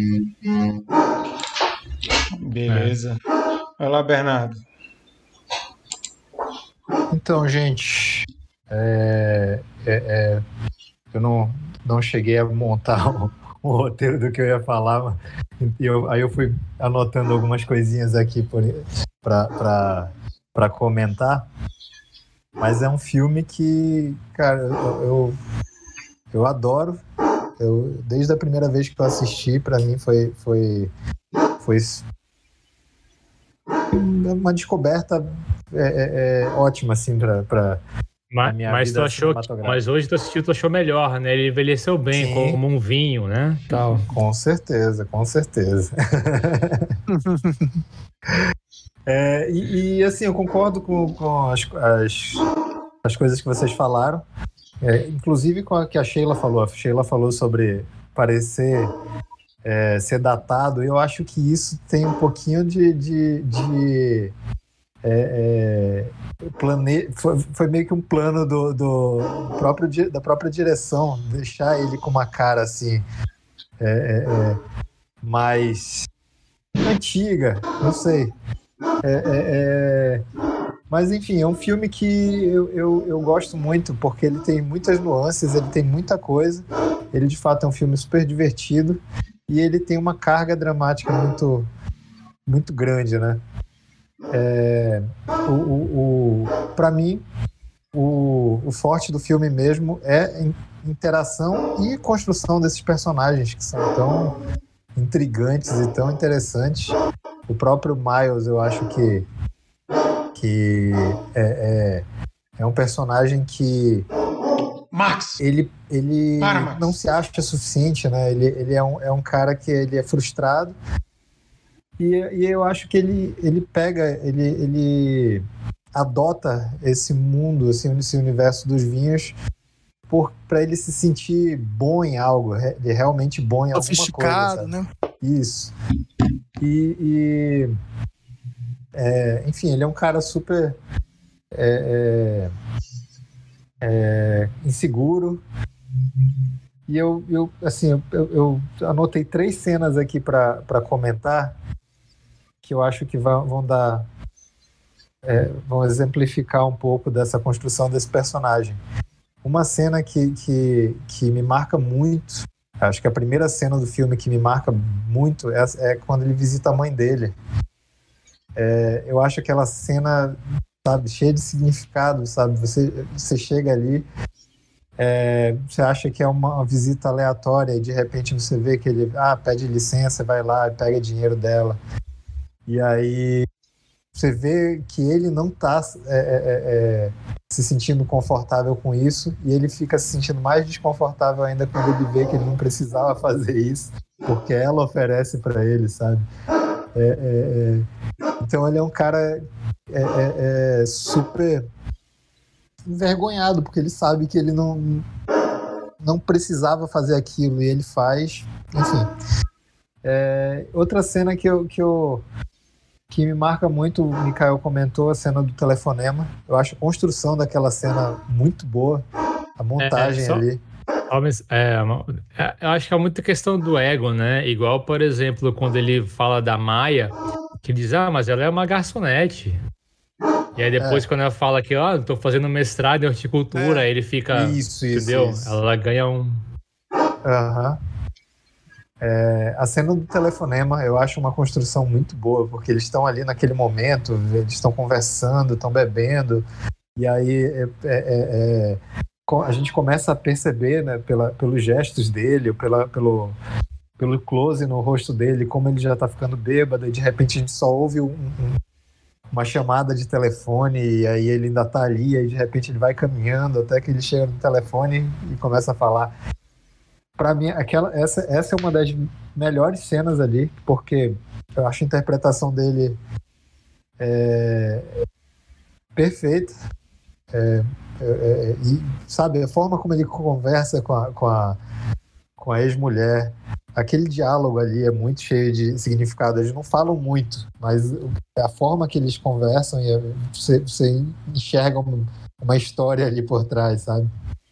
Beleza. Vai lá, Bernardo. Então, gente, é, é, é, eu não, não cheguei a montar o, o roteiro do que eu ia falar, mas eu, aí eu fui anotando algumas coisinhas aqui para comentar, mas é um filme que, cara, eu, eu, eu adoro. Eu, desde a primeira vez que eu assisti, para mim foi, foi, foi uma descoberta é, é, é, ótima, assim, para Mas, minha mas, vida tu achou, cinematográfica. mas hoje tu assistiu, tu achou melhor, né? Ele envelheceu bem, Sim. como um vinho, né? Tal. Com certeza, com certeza. é, e, e, assim, eu concordo com, com as, as, as coisas que vocês falaram, é, inclusive com a que a Sheila falou. A Sheila falou sobre parecer é, ser datado. Eu acho que isso tem um pouquinho de... de, de é, é, plane... foi, foi meio que um plano do, do próprio, da própria direção, deixar ele com uma cara assim... É, é, é, mais antiga, não sei. É, é, é, mas enfim, é um filme que eu, eu, eu gosto muito, porque ele tem muitas nuances, ele tem muita coisa. Ele de fato é um filme super divertido e ele tem uma carga dramática muito, muito grande, né? É, o, o, o, para mim, o, o forte do filme mesmo é interação e construção desses personagens que são tão intrigantes e tão interessantes. O próprio Miles, eu acho que que é, é, é um personagem que Max! ele, ele Para, Max. não se acha suficiente, né? Ele, ele é, um, é um cara que ele é frustrado e, e eu acho que ele, ele pega, ele, ele adota esse mundo, assim, esse universo dos vinhos para ele se sentir bom em algo, ele é realmente bom em alguma coisa. Sofisticado, né? Isso. E, e é, enfim, ele é um cara super é, é, é, inseguro. E eu, eu assim, eu, eu anotei três cenas aqui para comentar que eu acho que vão, vão dar é, vão exemplificar um pouco dessa construção desse personagem. Uma cena que, que, que me marca muito, acho que a primeira cena do filme que me marca muito é, é quando ele visita a mãe dele. É, eu acho aquela cena, sabe, cheia de significado, sabe? Você, você chega ali, é, você acha que é uma visita aleatória e de repente você vê que ele ah, pede licença, vai lá e pega dinheiro dela. E aí você vê que ele não está é, é, é, se sentindo confortável com isso e ele fica se sentindo mais desconfortável ainda quando ele vê que ele não precisava fazer isso, porque ela oferece para ele, sabe? É, é, é. Então ele é um cara é, é, é super envergonhado, porque ele sabe que ele não, não precisava fazer aquilo e ele faz. Enfim. É, outra cena que eu... Que eu que me marca muito, o Mikael comentou, a cena do telefonema. Eu acho a construção daquela cena muito boa, a montagem é, é só, ali. É, eu acho que é muita questão do ego, né? Igual, por exemplo, quando ele fala da Maia, que diz, ah, mas ela é uma garçonete. E aí depois, é. quando ela fala que, ah, eu tô fazendo mestrado em horticultura, é. ele fica, isso, entendeu? Isso, isso. Ela ganha um... Aham. Uhum. É, a cena do telefonema eu acho uma construção muito boa, porque eles estão ali naquele momento, eles estão conversando, estão bebendo, e aí é, é, é, a gente começa a perceber, né, pela, pelos gestos dele, pela, pelo, pelo close no rosto dele, como ele já está ficando bêbado, e de repente a gente só ouve um, um, uma chamada de telefone, e aí ele ainda está ali, e de repente ele vai caminhando até que ele chega no telefone e começa a falar. Para mim, aquela, essa, essa é uma das melhores cenas ali, porque eu acho a interpretação dele é, perfeita. É, é, é, e, sabe, a forma como ele conversa com a, com a, com a ex-mulher, aquele diálogo ali é muito cheio de significado. Eles não falam muito, mas a forma que eles conversam, e você, você enxerga uma, uma história ali por trás, sabe?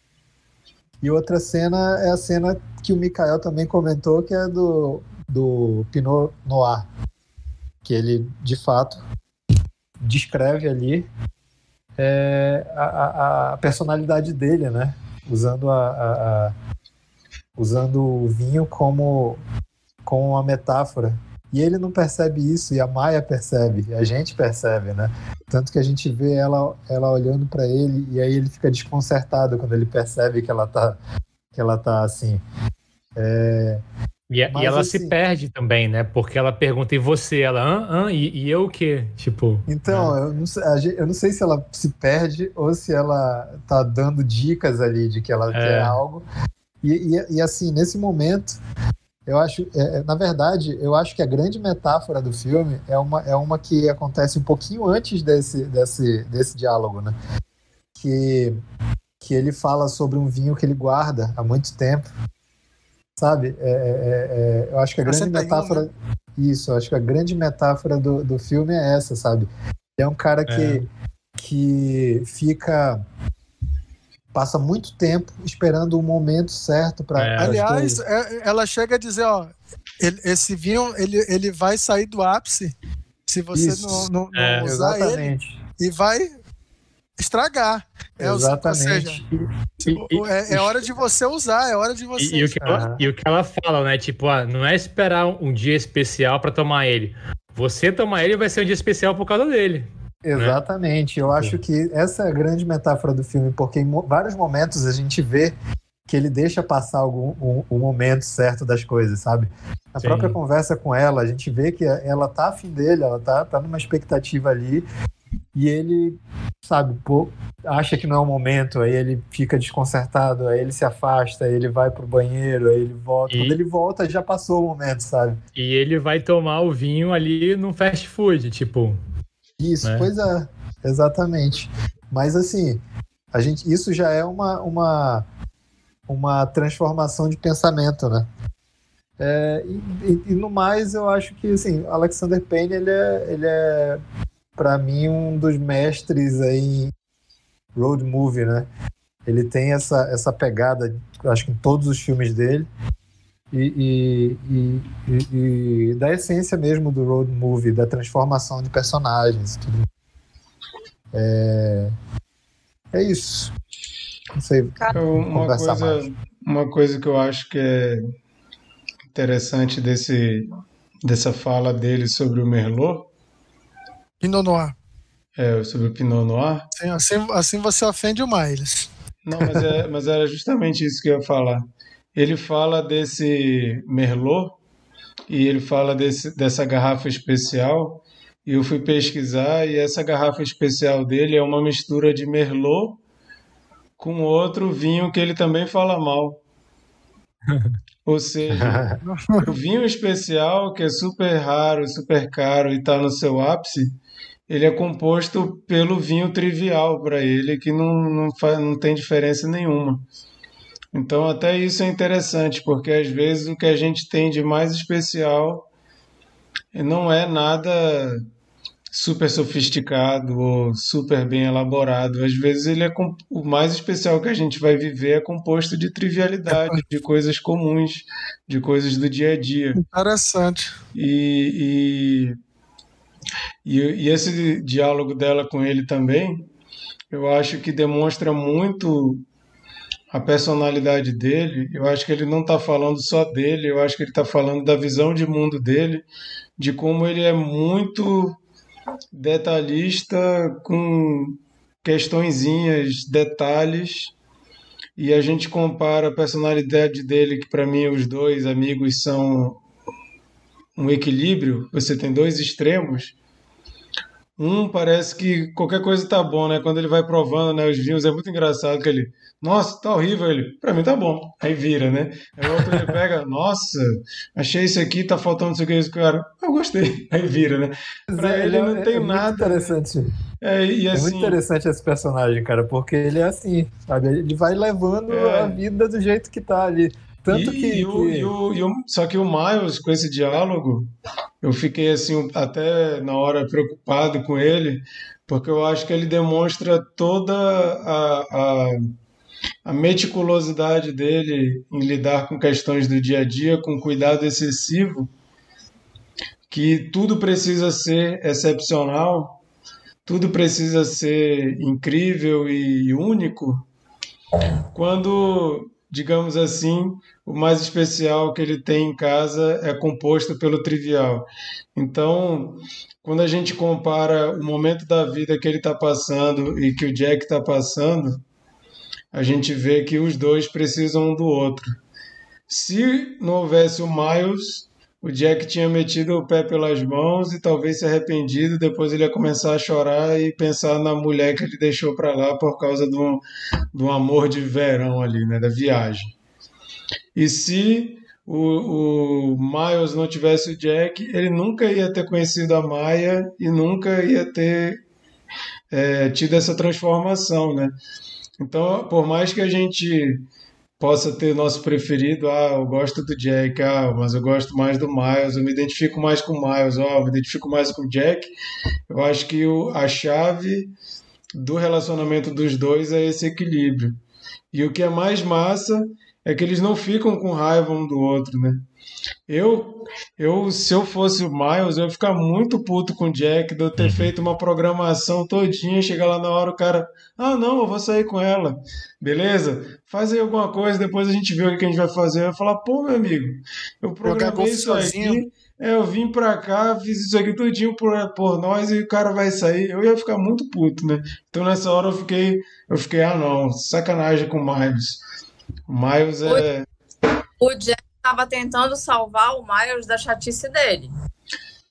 E outra cena é a cena que o Mikael também comentou, que é do, do Pinot Noir, que ele, de fato, descreve ali é, a, a personalidade dele, né? Usando, a, a, a, usando o vinho como, como uma metáfora. E ele não percebe isso, e a Maia percebe, e a gente percebe, né? Tanto que a gente vê ela, ela olhando para ele, e aí ele fica desconcertado quando ele percebe que ela tá, que ela tá assim. É... E, e ela assim, se perde também, né? Porque ela pergunta, e você? Ela, hã? hã? E, e eu o quê? Tipo... Então, né? eu, não sei, eu não sei se ela se perde ou se ela tá dando dicas ali de que ela é. quer algo. E, e, e assim, nesse momento... Eu acho, é, na verdade, eu acho que a grande metáfora do filme é uma, é uma que acontece um pouquinho antes desse, desse, desse diálogo, né? Que, que ele fala sobre um vinho que ele guarda há muito tempo, sabe? É, é, é, eu acho que a grande metáfora... Isso, eu acho que a grande metáfora do, do filme é essa, sabe? É um cara que, é. que fica... passa muito tempo esperando o momento certo para. É. Aliás, ela chega a dizer, ó, ele, esse vinho ele, ele vai sair do ápice se você Isso. não, não, não é. usar Exatamente. ele e vai estragar. É, Exatamente. Ou seja, é, é hora de você usar, é hora de você. E, e, o, que ela, e o que ela fala, né? Tipo, ah, não é esperar um dia especial para tomar ele. Você tomar ele vai ser um dia especial por causa dele. Exatamente, eu acho que essa é a grande metáfora do filme, porque em vários momentos a gente vê que ele deixa passar algum, um, um momento certo das coisas, sabe? Na Sim. própria conversa com ela, a gente vê que ela tá afim dele, ela tá, tá numa expectativa ali, e ele, sabe, pô, acha que não é o momento, aí ele fica desconcertado, aí ele se afasta, aí ele vai pro banheiro, aí ele volta. E... Quando ele volta, já passou o momento, sabe? E ele vai tomar o vinho ali no fast food, tipo... Isso, né? Pois é, exatamente. Mas assim, a gente, isso já é uma, uma, uma transformação de pensamento, né? É, e, e, e no mais, eu acho que assim, Alexander Payne, ele é, ele é para mim um dos mestres aí em road movie, né? Ele tem essa, essa pegada, acho que em todos os filmes dele, e, e, e, e da essência mesmo do road movie, da transformação de personagens. Tudo. É, é isso. Não sei. Uma coisa, uma coisa que eu acho que é interessante desse, dessa fala dele sobre o Merlot. Pinot Noir. É, sobre o Pinot Noir. Sim, assim, assim você ofende o Miles. Não, mas, é, mas era justamente isso que eu ia falar. Ele fala desse Merlot e ele fala desse, dessa garrafa especial, e eu fui pesquisar, e essa garrafa especial dele é uma mistura de Merlot com outro vinho que ele também fala mal. Ou seja, o vinho especial, que é super raro, super caro e está no seu ápice, ele é composto pelo vinho trivial para ele, que não, não, faz, não tem diferença nenhuma. Então até isso é interessante, porque às vezes o que a gente tem de mais especial não é nada super sofisticado ou super bem elaborado. Às vezes ele é com... o mais especial que a gente vai viver é composto de trivialidade, de coisas comuns, de coisas do dia a dia. Interessante. E, e, e, e esse diálogo dela com ele também, eu acho que demonstra muito a personalidade dele. Eu acho que ele não está falando só dele, eu acho que ele está falando da visão de mundo dele, de como ele é muito detalhista com questõezinhas, detalhes, e a gente compara a personalidade dele, que para mim os dois amigos são um equilíbrio, você tem dois extremos. Um parece que qualquer coisa tá bom, né? Quando ele vai provando, né, os vinhos, é muito engraçado que ele, nossa, tá horrível, ele, pra mim tá bom, aí vira, né? Aí o outro ele pega, nossa, achei isso aqui, tá faltando isso aqui, isso, cara, eu gostei, aí vira, né? Pra é, ele é, não tem é nada. Muito interessante. Né? É, e assim, é muito interessante esse personagem, cara, porque ele é assim, sabe? Ele vai levando é... a vida do jeito que tá ali. Tanto e, que, e o, que... E o, e o, só que o Miles, com esse diálogo, eu fiquei assim, até na hora preocupado com ele, porque eu acho que ele demonstra toda a, a, a meticulosidade dele em lidar com questões do dia a dia, com cuidado excessivo, que tudo precisa ser excepcional, tudo precisa ser incrível e único, quando, digamos assim, o mais especial que ele tem em casa é composto pelo trivial. Então, quando a gente compara o momento da vida que ele está passando e que o Jack está passando, a gente vê que os dois precisam um do outro. Se não houvesse o Miles, o Jack tinha metido o pé pelas mãos e talvez se arrependido, depois ele ia começar a chorar e pensar na mulher que ele deixou para lá por causa de um, de um amor de verão ali, né, da viagem. E se o, o Miles não tivesse o Jack, ele nunca ia ter conhecido a Maya e nunca ia ter é, tido essa transformação, né? Então, por mais que a gente possa ter nosso preferido, ah, eu gosto do Jack, ah, mas eu gosto mais do Miles, eu me identifico mais com o Miles, ó, oh, me identifico mais com o Jack, eu acho que o, a chave do relacionamento dos dois é esse equilíbrio. E o que é mais massa é que eles não ficam com raiva um do outro, né? Eu, eu, se eu fosse o Miles, eu ia ficar muito puto com o Jack de eu ter feito uma programação todinha, chegar lá na hora o cara, ah não, eu vou sair com ela, beleza? Faz aí alguma coisa, depois a gente vê o que a gente vai fazer. Eu ia falar, pô, meu amigo, eu programei isso sozinho. Aqui, é, eu vim pra cá, fiz isso aqui tudinho por, por nós e o cara vai sair. Eu ia ficar muito puto, né? Então nessa hora eu fiquei, eu fiquei, ah não, sacanagem com o Miles. O Miles é... O Jack estava tentando salvar o Miles da chatice dele.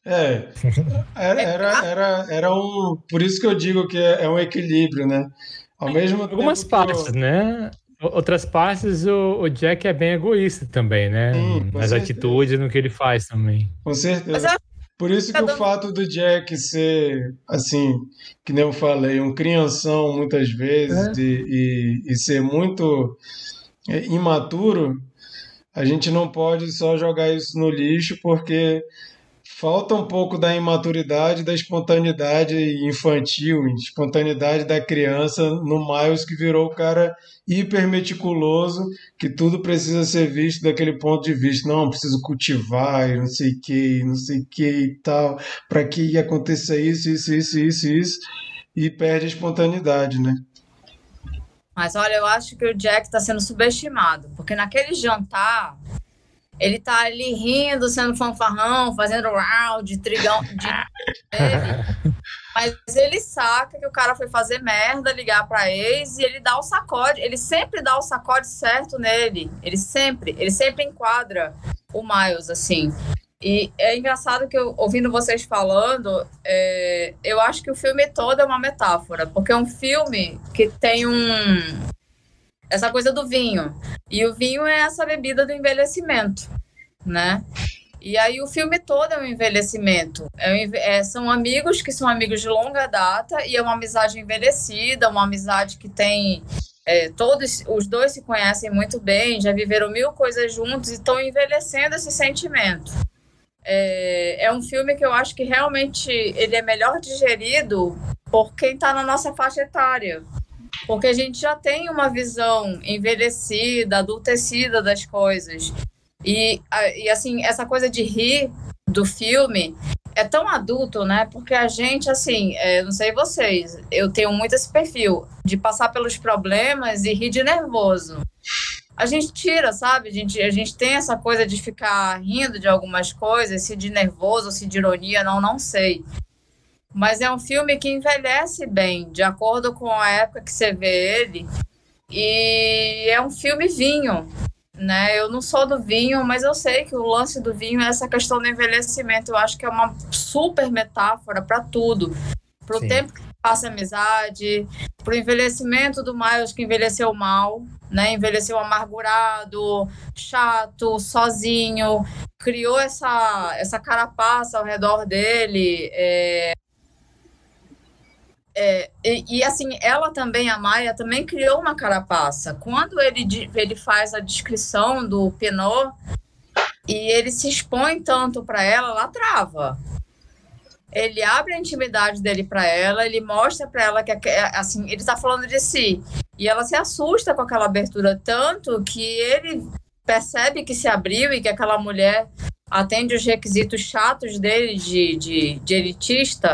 É, era, era, era, era um. Por isso que eu digo que é, é um equilíbrio, né? Ao mesmo Algumas tempo que partes, eu- né? O- Outras partes, o, o Jack é bem egoísta também, né? Sim, com Nas certeza, atitudes, no que ele faz também. com Mas certeza. eu acho Por isso que que tá o dando. fato do Jack ser, assim, que nem eu falei, um crianção muitas vezes É, e, e, e ser muito é, imaturo, a gente não pode só jogar isso no lixo, porque falta um pouco da imaturidade, da espontaneidade infantil, espontaneidade da criança no Miles que virou o cara hiper meticuloso, que tudo precisa ser visto daquele ponto de vista. Não, preciso cultivar, e não sei o que, não sei o que e tal, para que aconteça isso, isso, isso, isso, isso, e perde a espontaneidade, né? Mas olha, eu acho que o Jack está sendo subestimado, porque naquele jantar ele tá ali rindo, sendo fanfarrão, fazendo round, de trigão de dele. Mas ele saca que o cara foi fazer merda, ligar pra ex, e ele dá o sacode. Ele sempre dá o sacode certo nele. Ele sempre, ele sempre enquadra o Miles, assim. E é engraçado que, eu, ouvindo vocês falando, é, eu acho que o filme todo é uma metáfora, porque é um filme que tem um... essa coisa do vinho. E o vinho é essa bebida do envelhecimento, né? E aí o filme todo é um envelhecimento. É um enve- é, são amigos que são amigos de longa data e é uma amizade envelhecida, uma amizade que tem... é, todos, os dois se conhecem muito bem, já viveram mil coisas juntos e estão envelhecendo esse sentimento. É, é um filme que eu acho que realmente ele é melhor digerido por quem está na nossa faixa etária. Porque a gente já tem uma visão envelhecida, adultecida das coisas. E, a- e assim, essa coisa de rir do filme é tão adulto, né? Porque a gente, assim, é, não sei vocês, eu tenho muito esse perfil de passar pelos problemas e rir de nervoso. A gente tira, sabe? A gente, a gente tem essa coisa de ficar rindo de algumas coisas, se de nervoso, se de ironia, não, não sei. Mas é um filme que envelhece bem, de acordo com a época que você vê ele. E é um filme vinho, né? Eu não sou do vinho, mas eu sei que o lance do vinho é essa questão do envelhecimento. Eu acho que é uma super metáfora para tudo. Para o sim. tempo que passa a amizade, para o envelhecimento do Miles, que envelheceu mal, né? Envelheceu amargurado, chato, sozinho, criou essa, essa carapaça ao redor dele. É, é, e, e, assim, ela também, a Maia, também criou uma carapaça. Quando ele, di- ele faz a descrição do Pinot e ele se expõe tanto para ela, ela trava. Ele abre a intimidade dele para ela, ele mostra para ela que assim, ele está falando de si. E ela se assusta com aquela abertura, tanto que ele percebe que se abriu e que aquela mulher atende os requisitos chatos dele de, de, de elitista.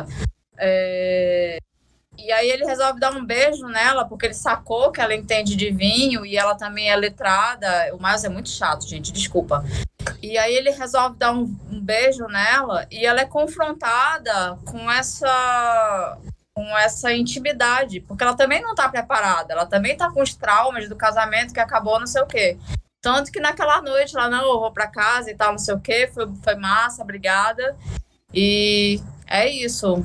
É... E aí ele resolve dar um beijo nela, porque ele sacou que ela entende de vinho e ela também é letrada. O Miles é muito chato, gente, desculpa. E aí ele resolve dar um, um beijo nela e ela é confrontada com essa, com essa intimidade, porque ela também não está preparada, ela também está com os traumas do casamento que acabou não sei o quê. Tanto que naquela noite ela, não, eu vou para casa e tal, não sei o quê, foi, foi massa, obrigada. E é isso.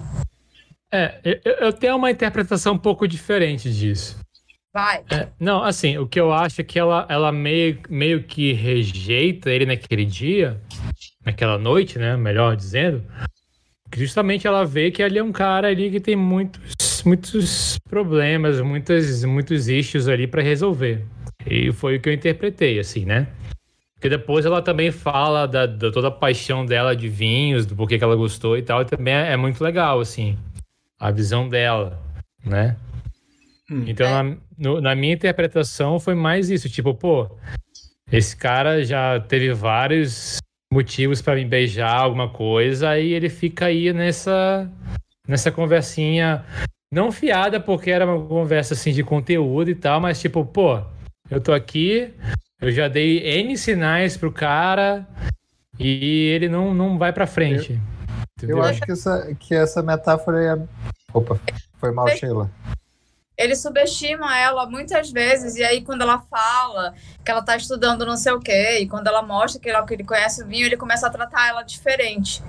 É, eu, eu tenho uma interpretação um pouco diferente disso. Vai. É, não, assim, o que eu acho é que ela, ela meio, meio que rejeita ele naquele dia, naquela noite, né, melhor dizendo, que justamente ela vê que ele é um cara ali que tem muitos, muitos problemas, muitas, muitos issues ali para resolver. E foi o que eu interpretei, assim, né? Porque depois ela também fala da, da toda a paixão dela de vinhos, do porquê que ela gostou e tal, e também é, é muito legal, assim, a visão dela, né? Hum. Então, É. na, no- na minha interpretação, foi mais isso. Tipo, pô, esse cara já teve vários motivos pra me beijar, alguma coisa, aí ele fica aí nessa, nessa conversinha, não fiada, porque era uma conversa, assim, de conteúdo e tal, mas tipo, pô, eu tô aqui, eu já dei N sinais pro cara e ele não, não vai pra frente. Entendeu? Eu acho que essa, que essa metáfora é. Opa, foi mal, Sheila. Ele subestima ela muitas vezes, e aí quando ela fala que ela tá estudando não sei o quê, e quando ela mostra que, ela, que ele conhece o vinho, ele começa a tratar ela diferente.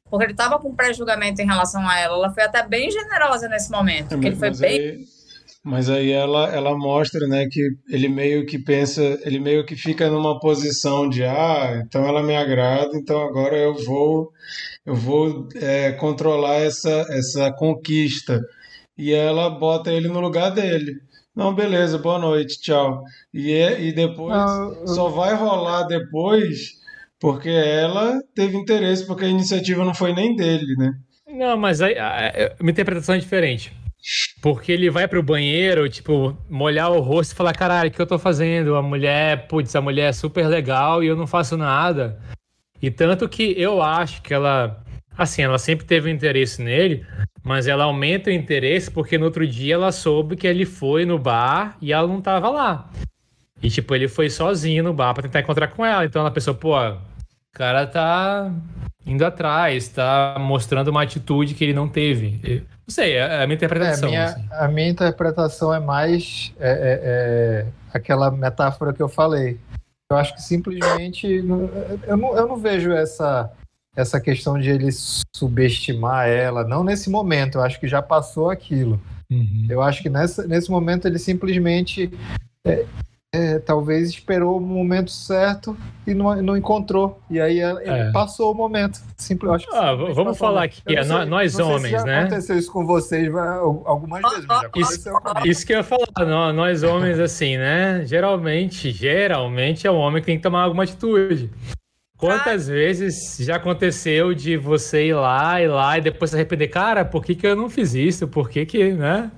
porque ele estava com pré-julgamento em relação a ela. Ela foi até bem generosa nesse momento, porque ele foi Mas bem... aí, mas aí ela, ela mostra, né, que ele meio que pensa, ele meio que fica numa posição de, ah, então ela me agrada, então agora eu vou, eu vou é, controlar essa, essa conquista. E ela bota ele no lugar dele. Não, beleza, boa noite, tchau. E, é- e depois Não, eu- só vai rolar depois porque ela teve interesse, porque a iniciativa não foi nem dele, né? Não, mas aí, a- a- uma interpretação é diferente. Porque ele vai pro banheiro, tipo, molhar o rosto e falar: caralho, o que eu tô fazendo? A mulher, putz, a mulher é super legal e eu não faço nada. E tanto que eu acho que ela, assim, ela sempre teve um interesse nele, mas ela aumenta o interesse porque no outro dia ela soube que ele foi no bar e ela não tava lá. E, tipo, ele foi sozinho no bar pra tentar encontrar com ela. Então ela pensou: pô, o cara tá indo atrás, tá mostrando uma atitude que ele não teve. Eu- não sei, é a minha É, a, interpretação. minha, assim. a minha interpretação é mais é, é, é, aquela metáfora que eu falei. Eu acho que simplesmente eu não, eu não vejo essa, essa questão de ele subestimar ela, não nesse momento, eu acho que já passou aquilo. Uhum. Eu acho que nessa, nesse momento ele simplesmente é, é, talvez esperou o momento certo e não, não encontrou. E aí ele É. passou o momento. Simples, eu acho que Ah, simplesmente vamos passou o falar momento. aqui, Eu não é, sei- nó- nós não sei se homens, já né? aconteceu isso com vocês vai, algumas vezes, mas já aconteceu comigo. Isso que eu ia falar, nó- nós homens, assim, né? Geralmente, geralmente é o homem que tem que tomar alguma atitude. Quantas vezes já aconteceu de você ir lá, ir lá e depois se arrepender? Cara, por que que eu não fiz isso? Por que que, né?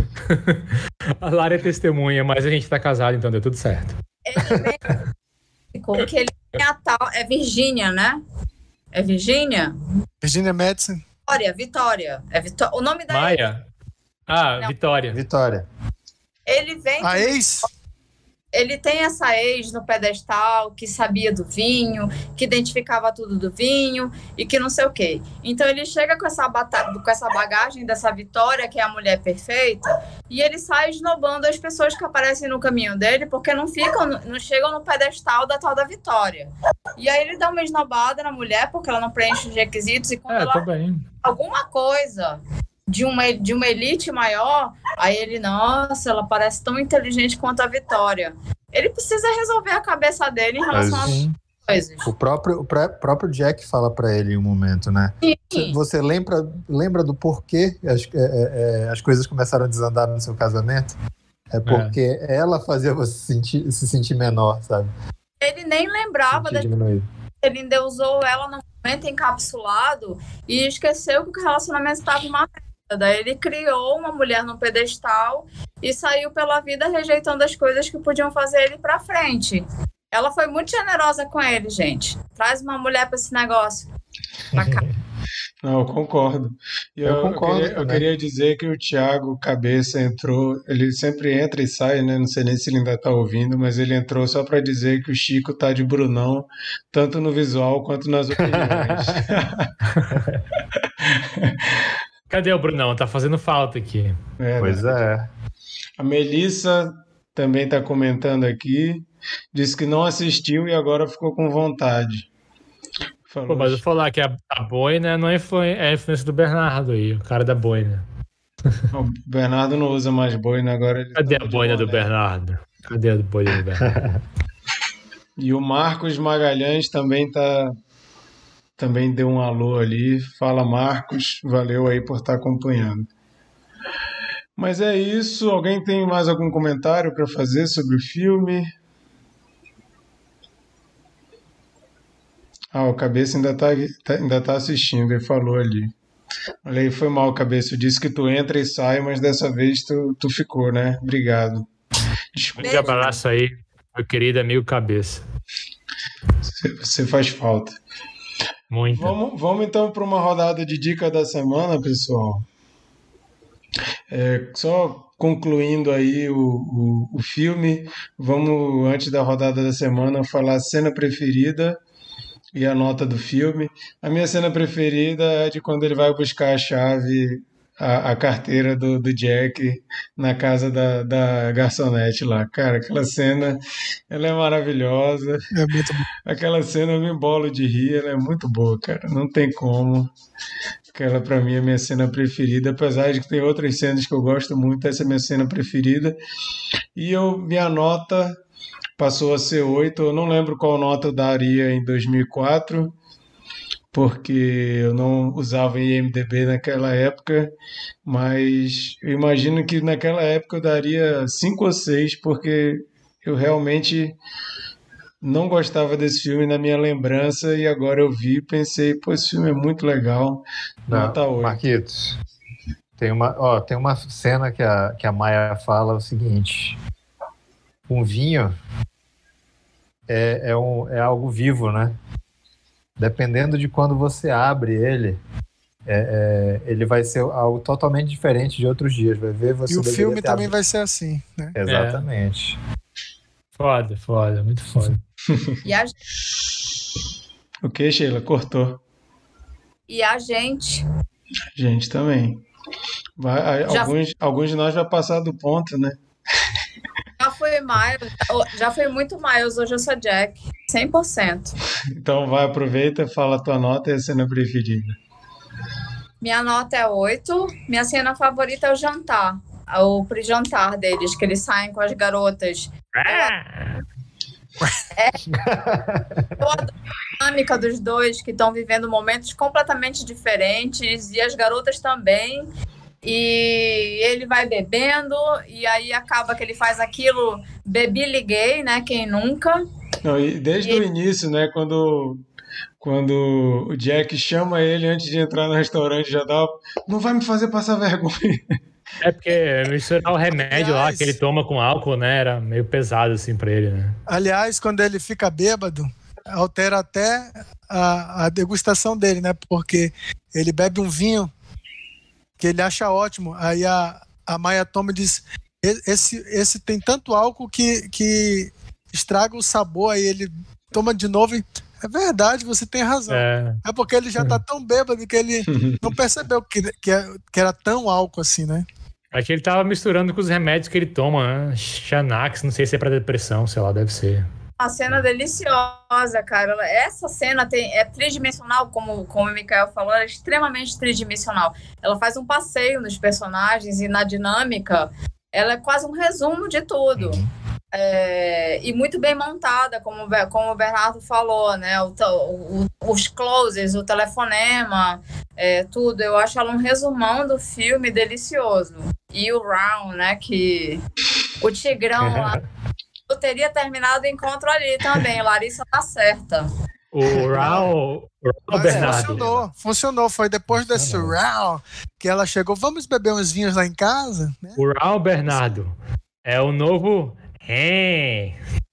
A Lara é testemunha, mas a gente tá casado, então deu tudo certo. Ele vem com que ele tem a tal... É Virgínia, né? É Virgínia? Virginia Madsen. Vitória, Vitória. É Vitó... O nome da Maia? Ah, Não. Vitória. Vitória. Ele vem... A ex? Ele tem essa ex no pedestal que sabia do vinho, que identificava tudo do vinho e que não sei o quê. Então ele chega com essa, bata- com essa bagagem dessa Vitória, que é a mulher perfeita, e ele sai esnobando as pessoas que aparecem no caminho dele porque não ficam, não chegam no pedestal da tal da Vitória. E aí ele dá uma esnobada na mulher porque ela não preenche os requisitos e quando É, ela tô bem. alguma coisa de uma, de uma elite maior, aí ele, nossa, ela parece tão inteligente quanto a Vitória. Ele precisa resolver a cabeça dele em relação Mas- às coisas. O próprio, o pré- próprio Jack fala pra ele em um momento, né? Sim. Você lembra, lembra do porquê as, é, é, é, as coisas começaram a desandar no seu casamento? É porque ela fazia você se sentir, se sentir menor, sabe? Ele nem lembrava, Sentir da, diminuído. ele endeusou ela no momento encapsulado e esqueceu que o relacionamento estava uma merda. Daí ele criou uma mulher num pedestal e saiu pela vida rejeitando as coisas que podiam fazer ele pra frente. Ela foi muito generosa com ele, gente. Traz uma mulher pra esse negócio. Pra cá. Não, eu concordo. E Eu concordo queria, eu também. queria dizer que o Thiago Cabeça entrou, ele sempre entra e sai, né? Não sei nem se ele ainda tá ouvindo, mas ele entrou só para dizer que o Chico tá de Brunão, tanto no visual quanto nas opiniões. Cadê o Brunão? Tá fazendo falta aqui. É, Pois é. A Melissa também está comentando aqui, disse que não assistiu e agora ficou com vontade. Falou, Pô, mas eu vou falar que a, a boina não é, influ- é a influência do Bernardo aí, o cara da boina. o Bernardo não usa mais boina, agora ele Cadê tá a de boina do boné. Bernardo? Cadê a boina do Bernardo? E o Marcos Magalhães também tá também deu um alô ali. Fala, Marcos, valeu aí por estar acompanhando. Mas é isso. Alguém tem mais algum comentário para fazer sobre o filme? Ah, o Cabeça ainda tá, tá- ainda tá assistindo, ele falou ali. Olha aí, foi mal, Cabeça. Eu disse que tu entra e sai, mas dessa vez tu, tu ficou, né? Obrigado. Desculpa, Um abraço aí, meu querido amigo Cabeça. você, você faz falta. Muito. Vamos, vamos então para uma rodada de dica da semana, pessoal. É, só concluindo aí o, o, o filme, vamos, antes da rodada da semana, falar a cena preferida e a nota do filme. A minha cena preferida é de quando ele vai buscar a chave a, a carteira do, do Jack na casa da, da garçonete lá. Cara, aquela cena, ela é maravilhosa. É muito bom. Aquela cena eu me embolo de rir, ela é muito boa, cara. Não tem como. Aquela pra mim é a minha cena preferida, apesar de que tem outras cenas que eu gosto muito, essa é a minha cena preferida. E eu, minha nota passou a ser oito. Eu não lembro qual nota eu daria em dois mil e quatro, porque eu não usava I M D B naquela época, mas eu imagino que naquela época eu daria cinco ou seis, porque eu realmente não gostava desse filme na minha lembrança e agora eu vi e pensei, pô, esse filme é muito legal. Nota oito. Marquitos, tem uma, ó, tem uma cena que a, que a Maia fala o seguinte: um vinho é, é, um, é algo vivo, né? Dependendo de quando você abre ele, é, é, ele vai ser algo totalmente diferente de outros dias. Vai ver, você E o filme ter também abrido. vai ser assim, né? Exatamente. Foda, foda, muito foda. E a, O que, Sheila? Cortou. e a gente. Gente, também. Vai, Já- alguns, alguns de nós vai passar do ponto, né? Já foi Miles, já foi muito Miles, hoje eu sou Jack, cem por cento. Então vai, aproveita, fala a tua nota e a cena preferida. Minha nota é oito, minha cena favorita é o jantar, o pre-jantar deles, que eles saem com as garotas. Eu adoro a dinâmica dos dois, que estão vivendo momentos completamente diferentes, e as garotas também. E ele vai bebendo, e aí acaba que ele faz aquilo, bebi, liguei, né? Quem nunca? Não, e desde E- o início, né, quando, quando o Jack chama ele antes de entrar no restaurante, já dá, não vai me fazer passar vergonha. É porque misturar o remédio lá Aliás- que ele toma com álcool, né? Era meio pesado assim pra ele, né? Aliás, quando ele fica bêbado, altera até a, a degustação dele, né? Porque ele bebe um vinho que ele acha ótimo. Aí a, a Maia toma e diz: "E- esse, esse tem tanto álcool que, que estraga o sabor." Aí ele toma de novo e é verdade, você tem razão. É, É, porque ele já tá tão bêbado que ele não percebeu que, que, que era tão álcool assim, né? acho que ele tava misturando com os remédios que ele toma, né? Xanax, não sei se é pra depressão, sei lá, deve ser. Uma cena deliciosa, cara. Essa cena tem, é tridimensional, como, como o Mikael falou, é extremamente tridimensional. Ela faz um passeio nos personagens e na dinâmica. Ela é quase um resumo de tudo. É, e muito bem montada, como, o Be- como o Bernardo falou, né? O, te- o- os closes, o telefonema, é, tudo. Eu acho ela um resumão do filme delicioso. E o Round, né? Que o Tigrão lá. Eu teria terminado o encontro ali também. Larissa tá certa. O Raul, o Raul Mas Bernardo. funcionou, funcionou. Foi depois desse round que ela chegou: vamos beber uns vinhos lá em casa, né? O Raul Bernardo é o novo. Hey.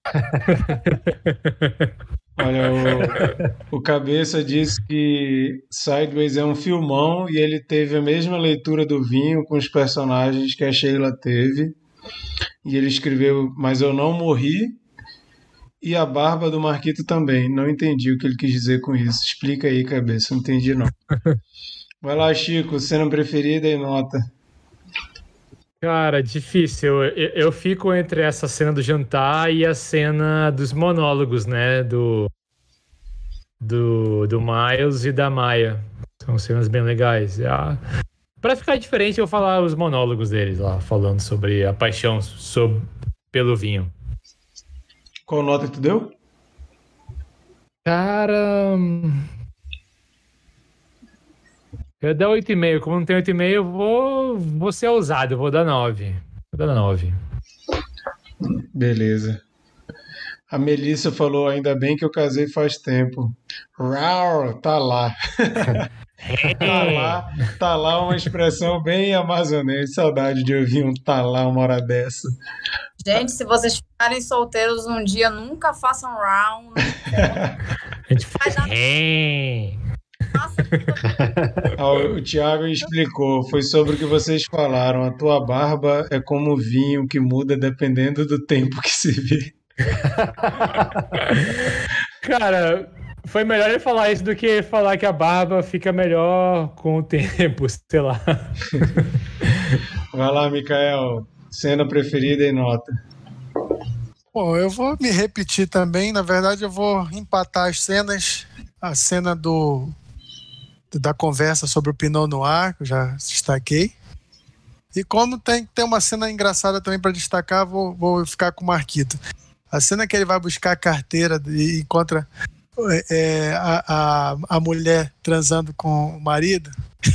Olha, o, o Cabeça disse que Sideways é um filmão e ele teve a mesma leitura do vinho com os personagens que a Sheila teve. E ele escreveu: mas eu não morri. E a barba do Marquito também. Não entendi o que ele quis dizer com isso. Explica aí, Cabeça. Não entendi, não. Vai lá, Chico. Cena preferida e nota. Cara, difícil. Eu, eu fico entre essa cena do jantar e a cena dos monólogos, né? Do, do, do Miles e da Maia. São cenas bem legais. Ah, pra ficar diferente, eu vou falar os monólogos deles lá, falando sobre a paixão sobre, pelo vinho. Qual nota tu deu? Cara. Eu dou oito e meio. Como não tem oito e meio, eu vou, vou ser ousado. Eu vou dar nove. Vou dar nove. Beleza. A Melissa falou: ainda bem que eu casei faz tempo. Rar, tá lá. Tá lá, tá lá uma expressão bem amazonense. Saudade de ouvir um tá lá uma hora dessa. Gente, se vocês ficarem solteiros um dia, nunca façam round. A gente faz. Hey. Ah, o Thiago explicou, foi sobre o que vocês falaram. A tua barba é como vinho que muda dependendo do tempo que se vê. Cara, Foi melhor ele falar isso do que falar que a barba fica melhor com o tempo, sei lá. Vai lá, Mikael. Cena preferida e nota. Bom, eu vou me repetir também. Na verdade, eu vou empatar as cenas. A cena do da conversa sobre o Pinot Noir, que eu já destaquei. E como tem, tem uma cena engraçada também para destacar, vou, vou ficar com o Marquito. A cena que ele vai buscar a carteira e encontra é, a, a, a mulher transando com o marido.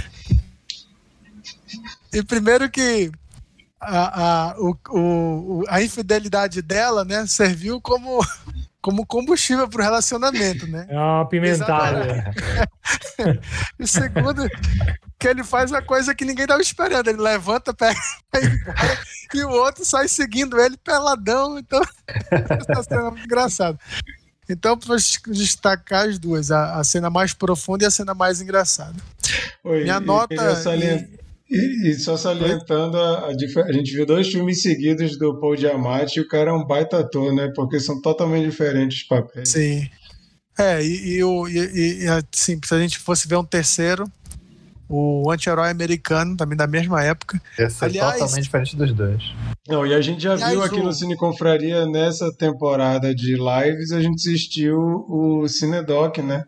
E primeiro que a, a, o, o, a infidelidade dela, né, serviu como, como combustível para o relacionamento, né? É uma pimentada. E segundo, que ele faz uma coisa que ninguém estava esperando. Ele levanta, pega vai embora, e o outro sai seguindo ele peladão. Então, essa cena é muito engraçada. Então, para destacar as duas, a, a cena mais profunda e a cena mais engraçada. Oi, Minha nota... E, e só salientando, a, a, a gente viu dois filmes seguidos do Paul Giamatti e o cara é um baita ator, né? Porque são totalmente diferentes os papéis. Sim. É, e, e, e, e assim, se a gente fosse ver um terceiro, o Anti-Herói Americano, também da mesma época. Esse Aliás, é totalmente diferente dos dois. Não, e a gente já aliás, viu aqui o... no Cine Confraria, nessa temporada de lives, a gente assistiu o Cinedoc, né?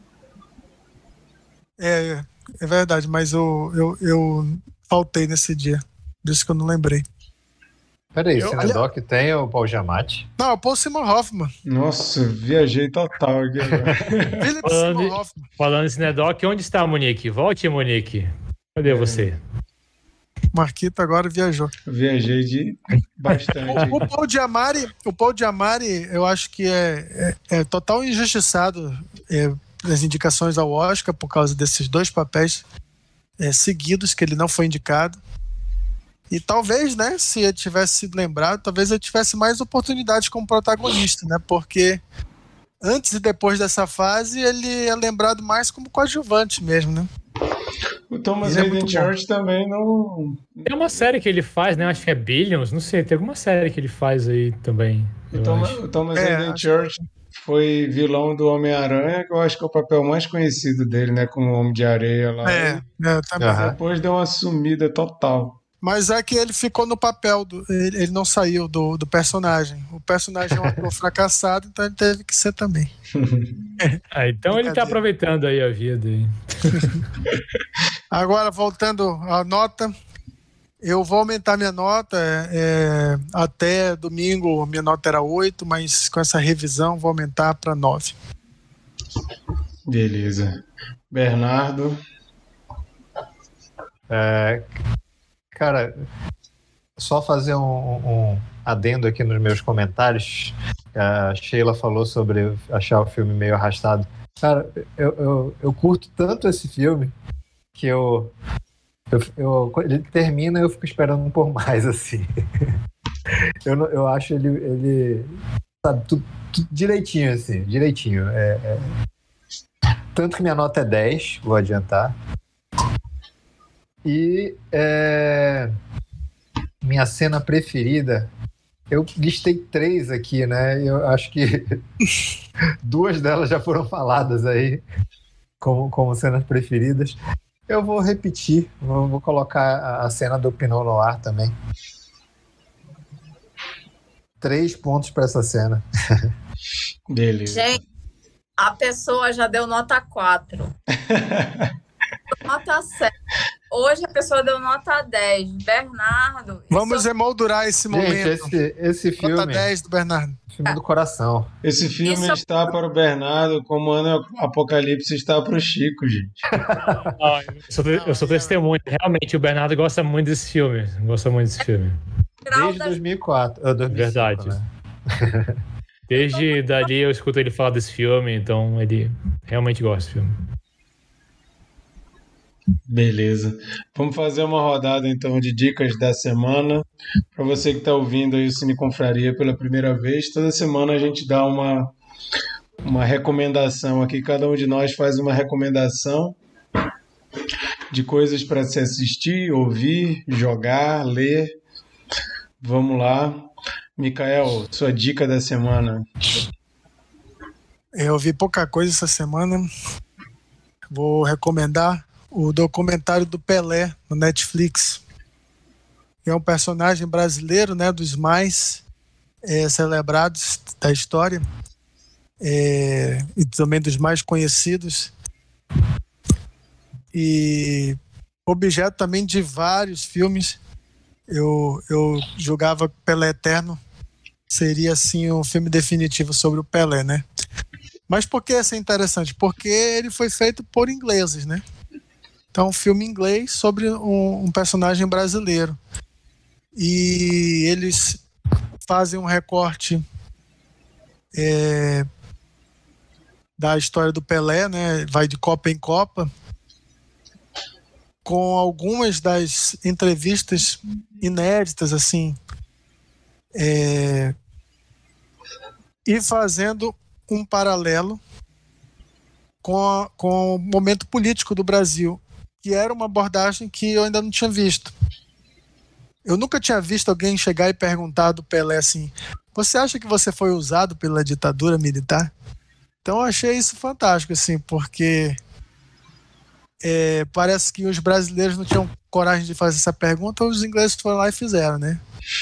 É, é verdade, mas eu, eu, eu faltei nesse dia. Por isso que eu não lembrei. Peraí, Eu- o Cinedoc tem o Paul Giamatti? Não, é o Paul Simon Hoffman. Nossa, viajei total aqui agora. Philip Falando Simon de- Hoffman. Falando em Cinedoc, onde está a Monique? Volte, Monique. Cadê você? Marquito agora viajou. Viajei de bastante. O Paul Giamatti, o Paul Giamatti, eu acho que é, é, é total injustiçado é, nas indicações ao Oscar por causa desses dois papéis é, seguidos que ele não foi indicado. E talvez, né, se ele tivesse sido lembrado, talvez ele tivesse mais oportunidades como protagonista, né? Porque antes e depois dessa fase ele é lembrado mais como coadjuvante mesmo, né? O Thomas Ele é Hayden muito bom. Church também não... Tem uma série que ele faz, né? Acho que é Billions, não sei. Tem alguma série que ele faz aí também. O eu Thomas, acho. o Thomas É, Hayden acho- Church foi vilão do Homem-Aranha, que eu acho que é o papel mais conhecido dele, né? Como Homem de Areia lá. É, é também. Aham. Depois deu uma sumida total. Mas é que ele ficou no papel, do, ele, ele não saiu do, do personagem. O personagem é um ator fracassado, então ele teve que ser também. Ah, então ele tá Brincadeira. aproveitando aí a vida. Aí. Agora, voltando à nota, eu vou aumentar minha nota. é, é, até domingo, minha nota era oito, mas com essa revisão, vou aumentar para nove. Beleza. Bernardo. É, cara, só fazer um, um adendo aqui nos meus comentários. A Sheila falou sobre achar o filme meio arrastado. Cara, eu, eu, eu curto tanto esse filme que eu, eu, eu ele termina e eu fico esperando por mais, assim. Eu, não- eu acho ele, ele sabe, tudo, tudo direitinho, assim, direitinho. É, é. Tanto que minha nota é dez, vou adiantar. E é, minha cena preferida, eu listei três aqui, né? Eu acho que duas delas já foram faladas aí como, como cenas preferidas. Eu vou repetir, vou, vou colocar a, a cena do Pinot Noir também. Três pontos para essa cena. Beleza. Gente, a pessoa já deu nota quatro. Nota sete. Hoje a pessoa deu nota dez. Bernardo. Vamos isso- emoldurar esse Gente, momento. esse, esse Nota filme, dez do Bernardo. filme do coração. Esse filme Isso- está para o Bernardo como ano Apocalipse está para o Chico, gente. Ah, eu, sou, eu sou testemunha. Realmente, o Bernardo gosta muito desse filme. Gosta muito desse filme. grau Desde da- dois mil e quatro. ah, dois mil e cinco, Verdade. né? Desde dali eu escuto ele falar desse filme, então ele realmente gosta desse filme. Beleza. Vamos fazer uma rodada então de dicas da semana. Para você que está ouvindo aí o Cine Confraria pela primeira vez, toda semana a gente dá uma, uma recomendação aqui. Cada um de nós faz uma recomendação de coisas para se assistir, ouvir, jogar, ler. Vamos lá. Mikael, sua dica da semana. Eu vi pouca coisa essa semana. Vou recomendar o documentário do Pelé no Netflix. É um personagem brasileiro, né, dos mais é, celebrados da história é, e também dos mais conhecidos. E objeto também de vários filmes. Eu, eu julgava que Pelé Eterno seria assim um filme definitivo sobre o Pelé, né? Mas por que isso é interessante? Porque ele foi feito por ingleses, né? Então, um filme inglês sobre um, um personagem brasileiro. E eles fazem um recorte é, da história do Pelé, né? Vai de Copa em Copa, com algumas das entrevistas inéditas, assim, é, e fazendo um paralelo com, a, com o momento político do Brasil, que era uma abordagem que eu ainda não tinha visto. Eu nunca tinha visto alguém chegar e perguntar do Pelé assim: você acha que você foi usado pela ditadura militar? Então eu achei isso fantástico, assim, porque é, parece que os brasileiros não tinham coragem de fazer essa pergunta, os ingleses foram lá e fizeram, né?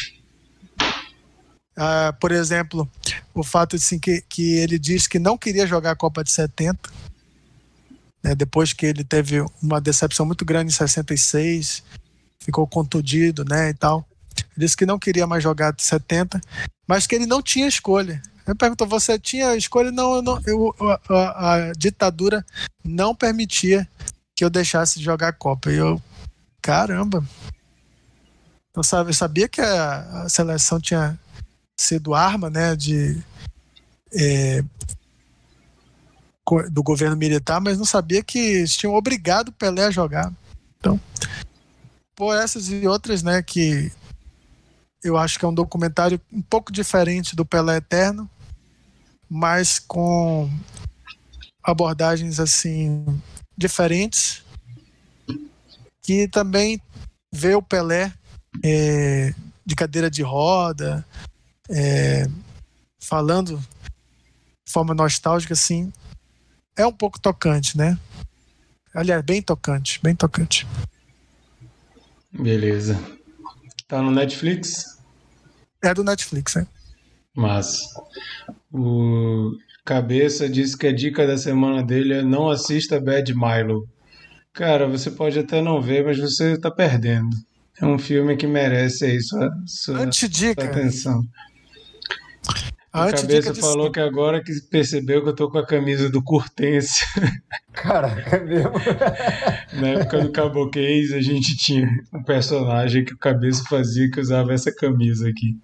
Ah, por exemplo, o fato assim, que, que ele disse que não queria jogar a Copa de setenta, né, depois que ele teve uma decepção muito grande em sessenta e seis, ficou contundido, né, e tal. Ele disse que não queria mais jogar de setenta, mas que ele não tinha escolha. Ele perguntou: você tinha escolha? Não, eu não eu, a, a, a ditadura não permitia que eu deixasse de jogar a Copa. E eu, caramba, eu sabia, eu sabia que a, a seleção tinha sido arma, né, de, é, do governo militar, mas não sabia que eles tinham obrigado o Pelé a jogar. Então, por essas e outras, né, que eu acho que é um documentário um pouco diferente do Pelé Eterno, mas com abordagens assim diferentes, que também vê o Pelé é, de cadeira de roda, é, falando de forma nostálgica, assim, é um pouco tocante, né? Aliás, bem tocante, bem tocante. Beleza. Tá no Netflix? É do Netflix, né? Mas o Cabeça disse que a dica da semana dele é: não assista Bad Milo. Cara, você pode até não ver, mas você tá perdendo. É um filme que merece aí sua, sua, Antidica. sua atenção. A O antidica Cabeça de falou que agora que percebeu que eu tô com a camisa do Curtense. Caraca, é mesmo? Na época do Caboquês, a gente tinha um personagem que o Cabeça fazia que usava essa camisa aqui.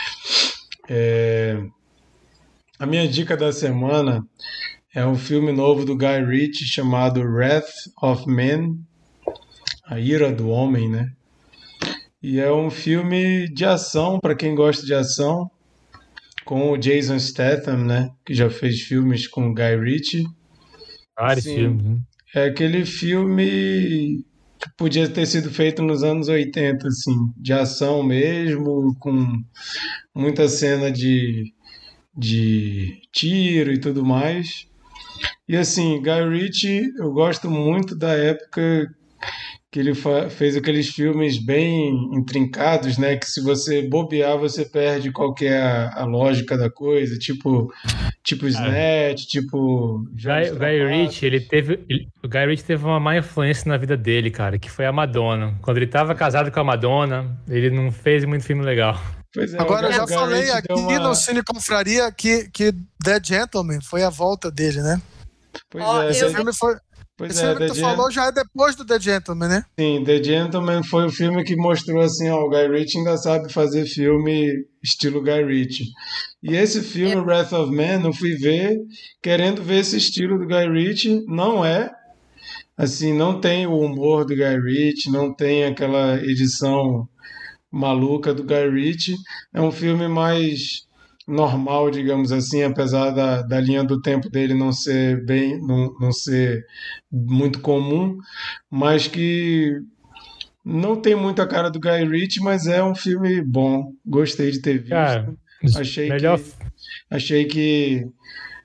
É... A minha dica da semana é um filme novo do Guy Ritchie chamado Wrath of Man, A Ira do Homem, né? E é um filme de ação, para quem gosta de ação, com o Jason Statham, né? Que já fez filmes com o Guy Ritchie. Vários Sim, filmes, né? é aquele filme que podia ter sido feito nos anos oitenta, assim, de ação mesmo, com muita cena de, de tiro e tudo mais. E assim, Guy Ritchie, eu gosto muito da época que ele fa- fez aqueles filmes bem intrincados, né? Que se você bobear, você perde qual que é a, a lógica da coisa, tipo, tipo Snatch, tipo Jogos Guy, Guy Trapaços. Ritchie, ele teve, ele- o Guy Ritchie teve uma má influência na vida dele, cara, que foi a Madonna. Quando ele tava casado com a Madonna, ele não fez muito filme legal. Pois é, Agora o eu Guy, já o Guy falei Ritchie aqui deu uma... no Cine Confraria que, que The Gentleman foi a volta dele, né? Pois Ó, é, eu- Esse The- filme, foi, pois esse é, filme The que tu Gent- falou já é depois do The Gentleman, né? Sim, The Gentleman foi o filme que mostrou assim, ó, o Guy Ritchie ainda sabe fazer filme estilo Guy Ritchie. E esse filme, Wrath of Man, eu fui ver querendo ver esse estilo do Guy Ritchie, não é. Assim, não tem o humor do Guy Ritchie, não tem aquela edição maluca do Guy Ritchie. É um filme mais normal, digamos assim, apesar da, da linha do tempo dele não ser bem, não, não ser muito comum, mas que não tem muito a cara do Guy Ritchie, mas é um filme bom. Gostei de ter visto. Cara, Achei melhor, que achei que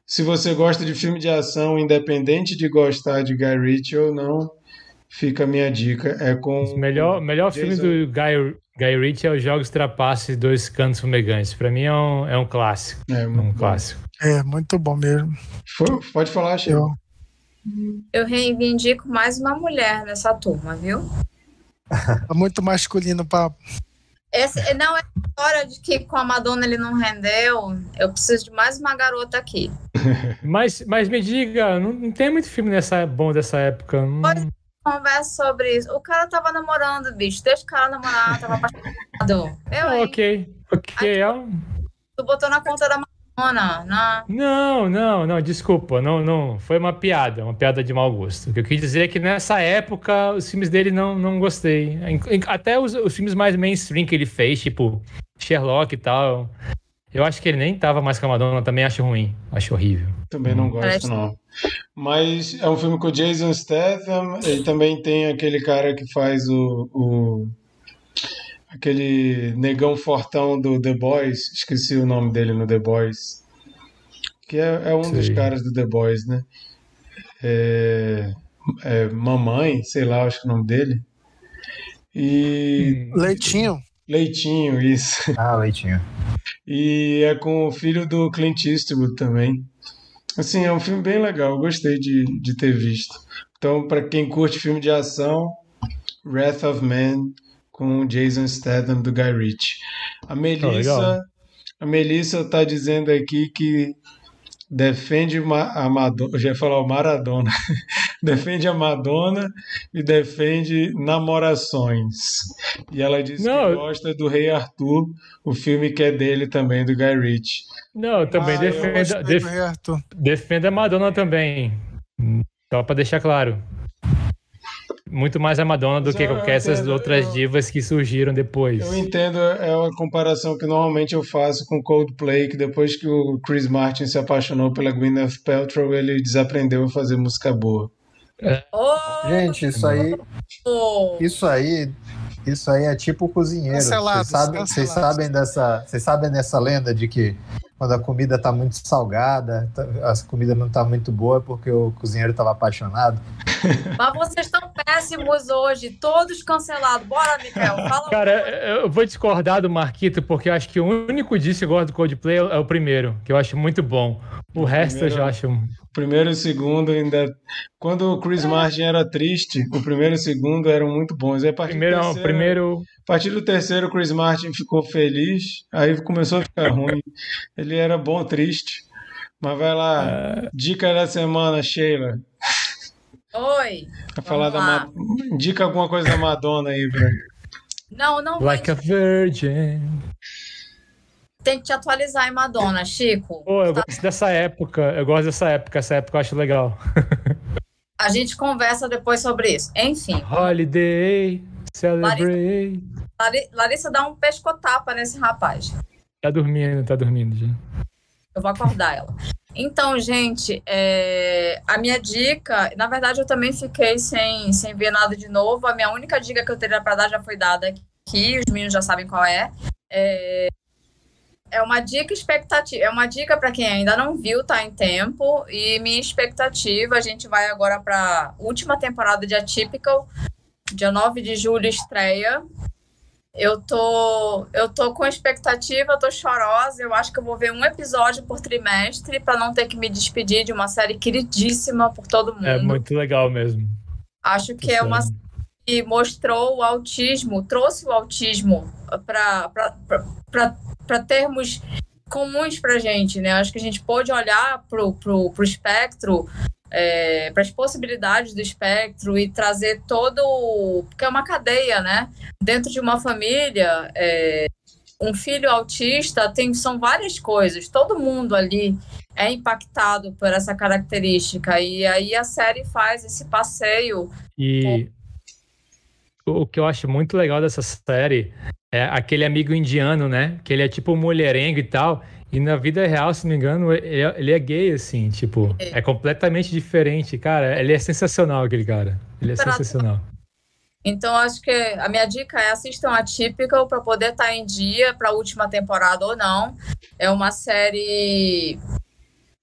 se você gosta de filme de ação, independente de gostar de Guy Ritchie ou não, fica a minha dica. É com O melhor, melhor Jason- filme do Guy, Guy Ritchie é Os Jogos Trapaços e Dois Cantos Fumegantes. Pra mim é um, é um clássico. É, É muito um bom. clássico. É, muito bom mesmo. Foi- Pode falar, Sheila. Eu, Eu reivindico mais uma mulher nessa turma, viu? é muito masculino para Esse, não, é a história de que com a Madonna ele não rendeu. Eu preciso de mais uma garota aqui. Mas, mas me diga, não, não tem muito filme nessa, bom dessa época. Não... Conversa sobre isso. O cara tava namorando, bicho. Deixa o cara namorar, tava apaixonado. Eu, Ah, hein? ok, ok. é um- Tu botou na conta da Madonna. Na... Não, não, não, desculpa. Não, não. Foi uma piada, uma piada de mau gosto. O que eu quis dizer é que nessa época os filmes dele não, não gostei. Em- Até os, os filmes mais mainstream que ele fez, tipo Sherlock e tal. Eu acho que ele nem tava mais com a Madonna, também acho ruim. Acho horrível. Também não gosto, Parece- não. Mas é um filme com o Jason Statham. Ele também tem aquele cara que faz o, o- aquele negão fortão do The Boys. Esqueci o nome dele no The Boys. Que é, é um dos Sei. caras do The Boys, né? É, é Mamãe, sei lá, acho que é o nome dele. E Leitinho. Leitinho, isso. Ah, Leitinho. E é com o filho do Clint Eastwood também. Assim, é um filme bem legal, eu gostei de, de ter visto. Então, para quem curte filme de ação, Wrath of Man com o Jason Statham do Guy Ritchie. A Melissa, legal. a Melissa tá dizendo aqui que defende ma- a Madonna, eu já ia falar o Maradona, defende a Madonna e defende Namorações. E ela disse Não. que gosta do Rei Arthur, o filme que é dele também, do Guy Ritchie. Não, eu também Ah, eu defenda, gostei def- do Rei Arthur. defenda a Madonna também. Só pra deixar claro. Muito mais a Madonna do Mas que eu qualquer essas entendo, outras eu- divas que surgiram depois. Eu entendo, é uma comparação que normalmente eu faço com Coldplay, que depois que o Chris Martin se apaixonou pela Gwyneth Paltrow, ele desaprendeu a fazer música boa. Ô, Gente, isso aí, ô, isso aí, isso aí é tipo cozinheiro. Cancelados, Vocês sabem, vocês cancelados. sabem dessa, vocês sabem dessa lenda de que quando a comida tá muito salgada, tá- a comida não tá muito boa é porque o cozinheiro estava apaixonado. Mas vocês estão péssimos hoje. Todos cancelados. Bora, Miquel. Fala. Cara, eu vou discordar do Marquito, porque eu acho que o único disco que eu gosto do Coldplay é o primeiro, que eu acho muito bom. O, O resto eu primeiro- já acho... O primeiro e o segundo ainda. Quando o Chris Martin era triste, o primeiro e o segundo eram muito bons. Aí, a partir Primeiro, do é o terceiro, primeiro... a partir do terceiro, o Chris Martin ficou feliz, aí começou a ficar ruim. Ele era bom triste. Mas vai lá, dica da semana, Sheila. Oi. Vai falar da lá. Ma... Indica alguma coisa da Madonna aí, Bruno. Não, não vou. Like a Virgin. Tem que te atualizar em Madonna, Chico. Pô, eu gosto dessa época. Eu gosto dessa época. Essa época eu acho legal. A gente conversa depois sobre isso. Enfim, Holiday, celebrate. Lari- Larissa dá um pescotapa nesse rapaz. Tá dormindo, tá dormindo já. Eu vou acordar ela. Então, gente, é, a minha dica, na verdade, eu também fiquei sem, sem ver nada de novo. A minha única dica que eu teria para dar já foi dada aqui, os meninos já sabem qual é. É, é uma dica expectativa, é uma dica para quem ainda não viu, tá em tempo. E minha expectativa, a gente vai agora para última temporada de Atypical, dia nove de julho estreia. Eu tô, eu tô com expectativa, eu tô chorosa. Eu acho que eu vou ver um episódio por trimestre para não ter que me despedir de uma série queridíssima por todo mundo. É muito legal mesmo. Acho que é uma série que mostrou o autismo, trouxe o autismo para termos comuns para gente, né? Acho que a gente pôde olhar pro, pro, pro espectro, é, para as possibilidades do espectro e trazer todo... Porque é uma cadeia, né? Dentro de uma família, é, um filho autista tem, são várias coisas. Todo mundo ali é impactado por essa característica. E aí a série faz esse passeio. E o que eu acho muito legal dessa série é aquele amigo indiano, né? Que ele é tipo um mulherengo e tal. E na vida real, se não me engano, ele é, ele é gay, assim, tipo, é. é completamente diferente. Cara, ele é sensacional, aquele cara. Ele é Pra... sensacional. Então, acho que a minha dica é assistam Atypical para poder estar em dia para a última temporada ou não. É uma série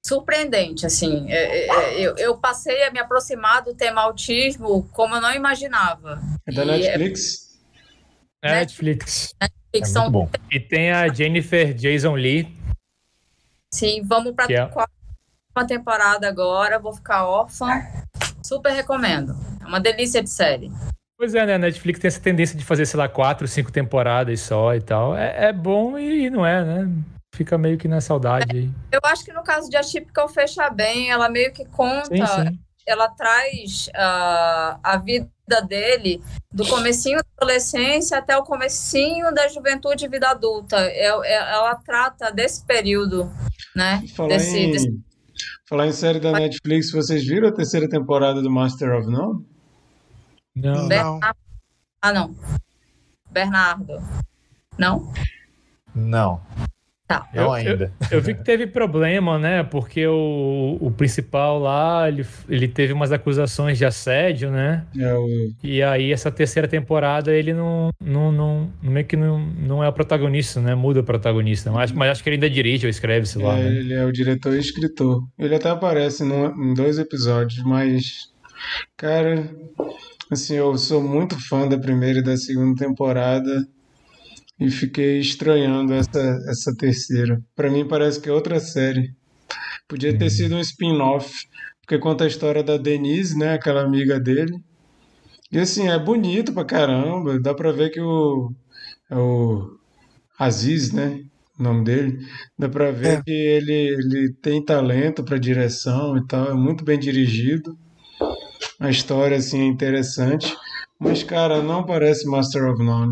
surpreendente, assim. É, é, eu, eu passei a me aproximar do tema autismo como eu não imaginava. É da E Netflix? É Netflix. Netflix É são muito bom. E tem a Jennifer Jason Leigh. Sim, vamos para Que é- a quarta temporada agora, vou ficar órfã. Super recomendo. É uma delícia de série. Pois é, né? A Netflix tem essa tendência de fazer, sei lá, quatro, cinco temporadas só e tal. É, é bom e não é, né? Fica meio que na saudade aí. Eu acho que no caso de Atypical fecha bem, ela meio que conta, Sim, sim. ela traz uh, a vida dele do comecinho da adolescência até o comecinho da juventude e vida adulta. É, é, ela trata desse período, né? Falar, Desse, em, desse... falar em série da Netflix, vocês viram a terceira temporada do Master of None? Não. Bernardo. Ah, não. Bernardo. Não? Não. Tá. Não Eu- ainda. Eu vi que teve problema, né? Porque o, o principal lá, ele, ele teve umas acusações de assédio, né? É o, E aí essa terceira temporada ele não, não, não meio que não, não é o protagonista, né? Muda o protagonista. Mas, mas acho que ele ainda dirige ou escreve, sei lá, é, né? ele é o diretor e escritor. Ele até aparece num- em dois episódios, mas, cara, assim, eu sou muito fã da primeira e da segunda temporada e fiquei estranhando essa, essa terceira. Pra mim parece que é outra série. Podia ter sido um spin-off, porque conta a história da Denise, né, aquela amiga dele. E assim, é bonito pra caramba, dá pra ver que o, é o Aziz, né, o nome dele, dá pra ver É. que ele, ele tem talento pra direção e tal, é muito bem dirigido. A história, assim, é interessante. Mas, cara, não parece Master of None.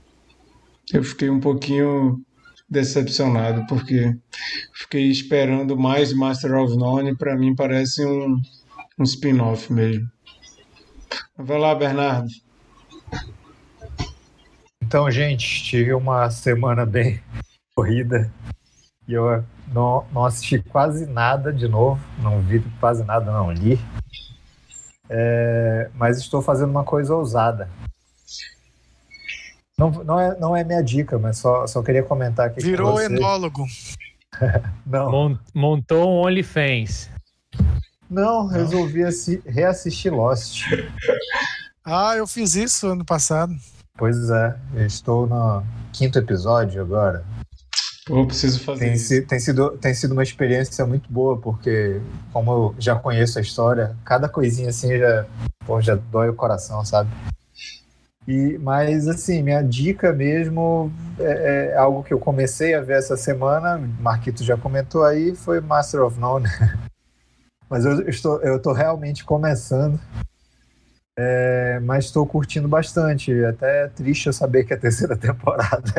Eu fiquei um pouquinho decepcionado, porque fiquei esperando mais Master of None, pra mim parece um, um spin-off mesmo. Vai lá, Bernardo. Então, gente, tive uma semana bem corrida e eu não, não assisti quase nada de novo, não vi quase nada, não li. É, mas estou fazendo uma coisa ousada. Não, não, é, não é minha dica, mas só, só queria comentar aqui Virou com você. enólogo. Não, Mon- montou um OnlyFans. não, resolvi assi- reassistir Lost. Ah, eu fiz isso ano passado. Pois é, eu estou no quinto episódio agora. Pô, preciso fazer Tem, isso. si- tem, sido, tem sido uma experiência muito boa, porque como eu já conheço a história, cada coisinha assim já, pô, já dói o coração, sabe? E, mas assim, minha dica mesmo é, é algo que eu comecei a ver essa semana, Marquito já comentou aí, foi Master of None. Mas eu estou, eu estou realmente começando, é, mas estou curtindo bastante. Até é triste eu saber que a terceira temporada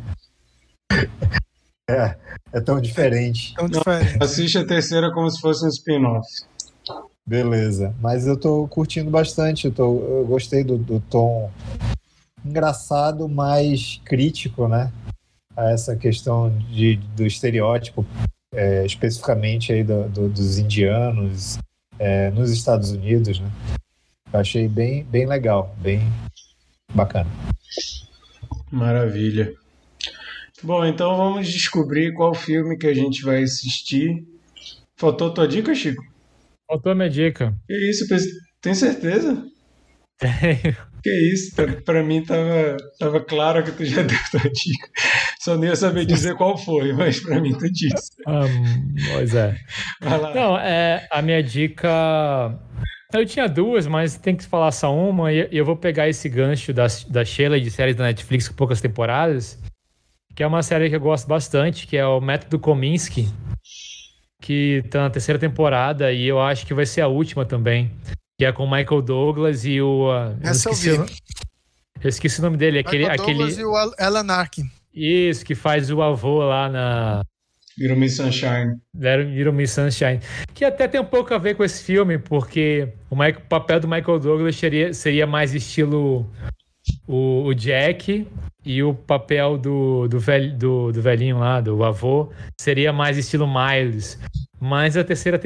é, é, é tão diferente. Tão diferente. Assiste a terceira como se fosse um spin-off. Beleza, mas eu tô curtindo bastante, eu, tô, eu gostei do, do tom engraçado, mas crítico, né? A essa questão de, do estereótipo, é, especificamente aí do, do, dos indianos é, nos Estados Unidos, né? Eu achei bem, bem legal, bem bacana. Maravilha. Bom, então vamos descobrir qual filme que a gente vai assistir. Faltou tua dica, Chico? Faltou a minha dica. Que isso, Pes- tem certeza? Que isso, tá- pra mim tava, tava claro que tu já deu tua dica. Só nem ia saber dizer qual foi, mas pra mim tu disse. Ah, pois é. Vai lá. Não, é, a minha dica. Eu tinha duas, mas tem que falar só uma. E eu vou pegar esse gancho da, da Sheila de séries da Netflix com poucas temporadas, que é uma série que eu gosto bastante, que é o Método Kominsky, que tá na terceira temporada e eu acho que vai ser a última também, que é com o Michael Douglas e o... uh, eu Essa eu esqueci vi. o- Eu esqueci o nome dele, aquele... Michael Douglas aquele e o Al- Alan Arkin. Isso, que faz o avô lá na... Little Miss Sunshine. Little Miss Sunshine. Que até tem um pouco a ver com esse filme, porque o, Michael- o papel do Michael Douglas seria, seria mais estilo o, o Jack, e o papel do, do, velho, do, do velhinho lá, do avô, seria mais estilo Miles. Mas a terceira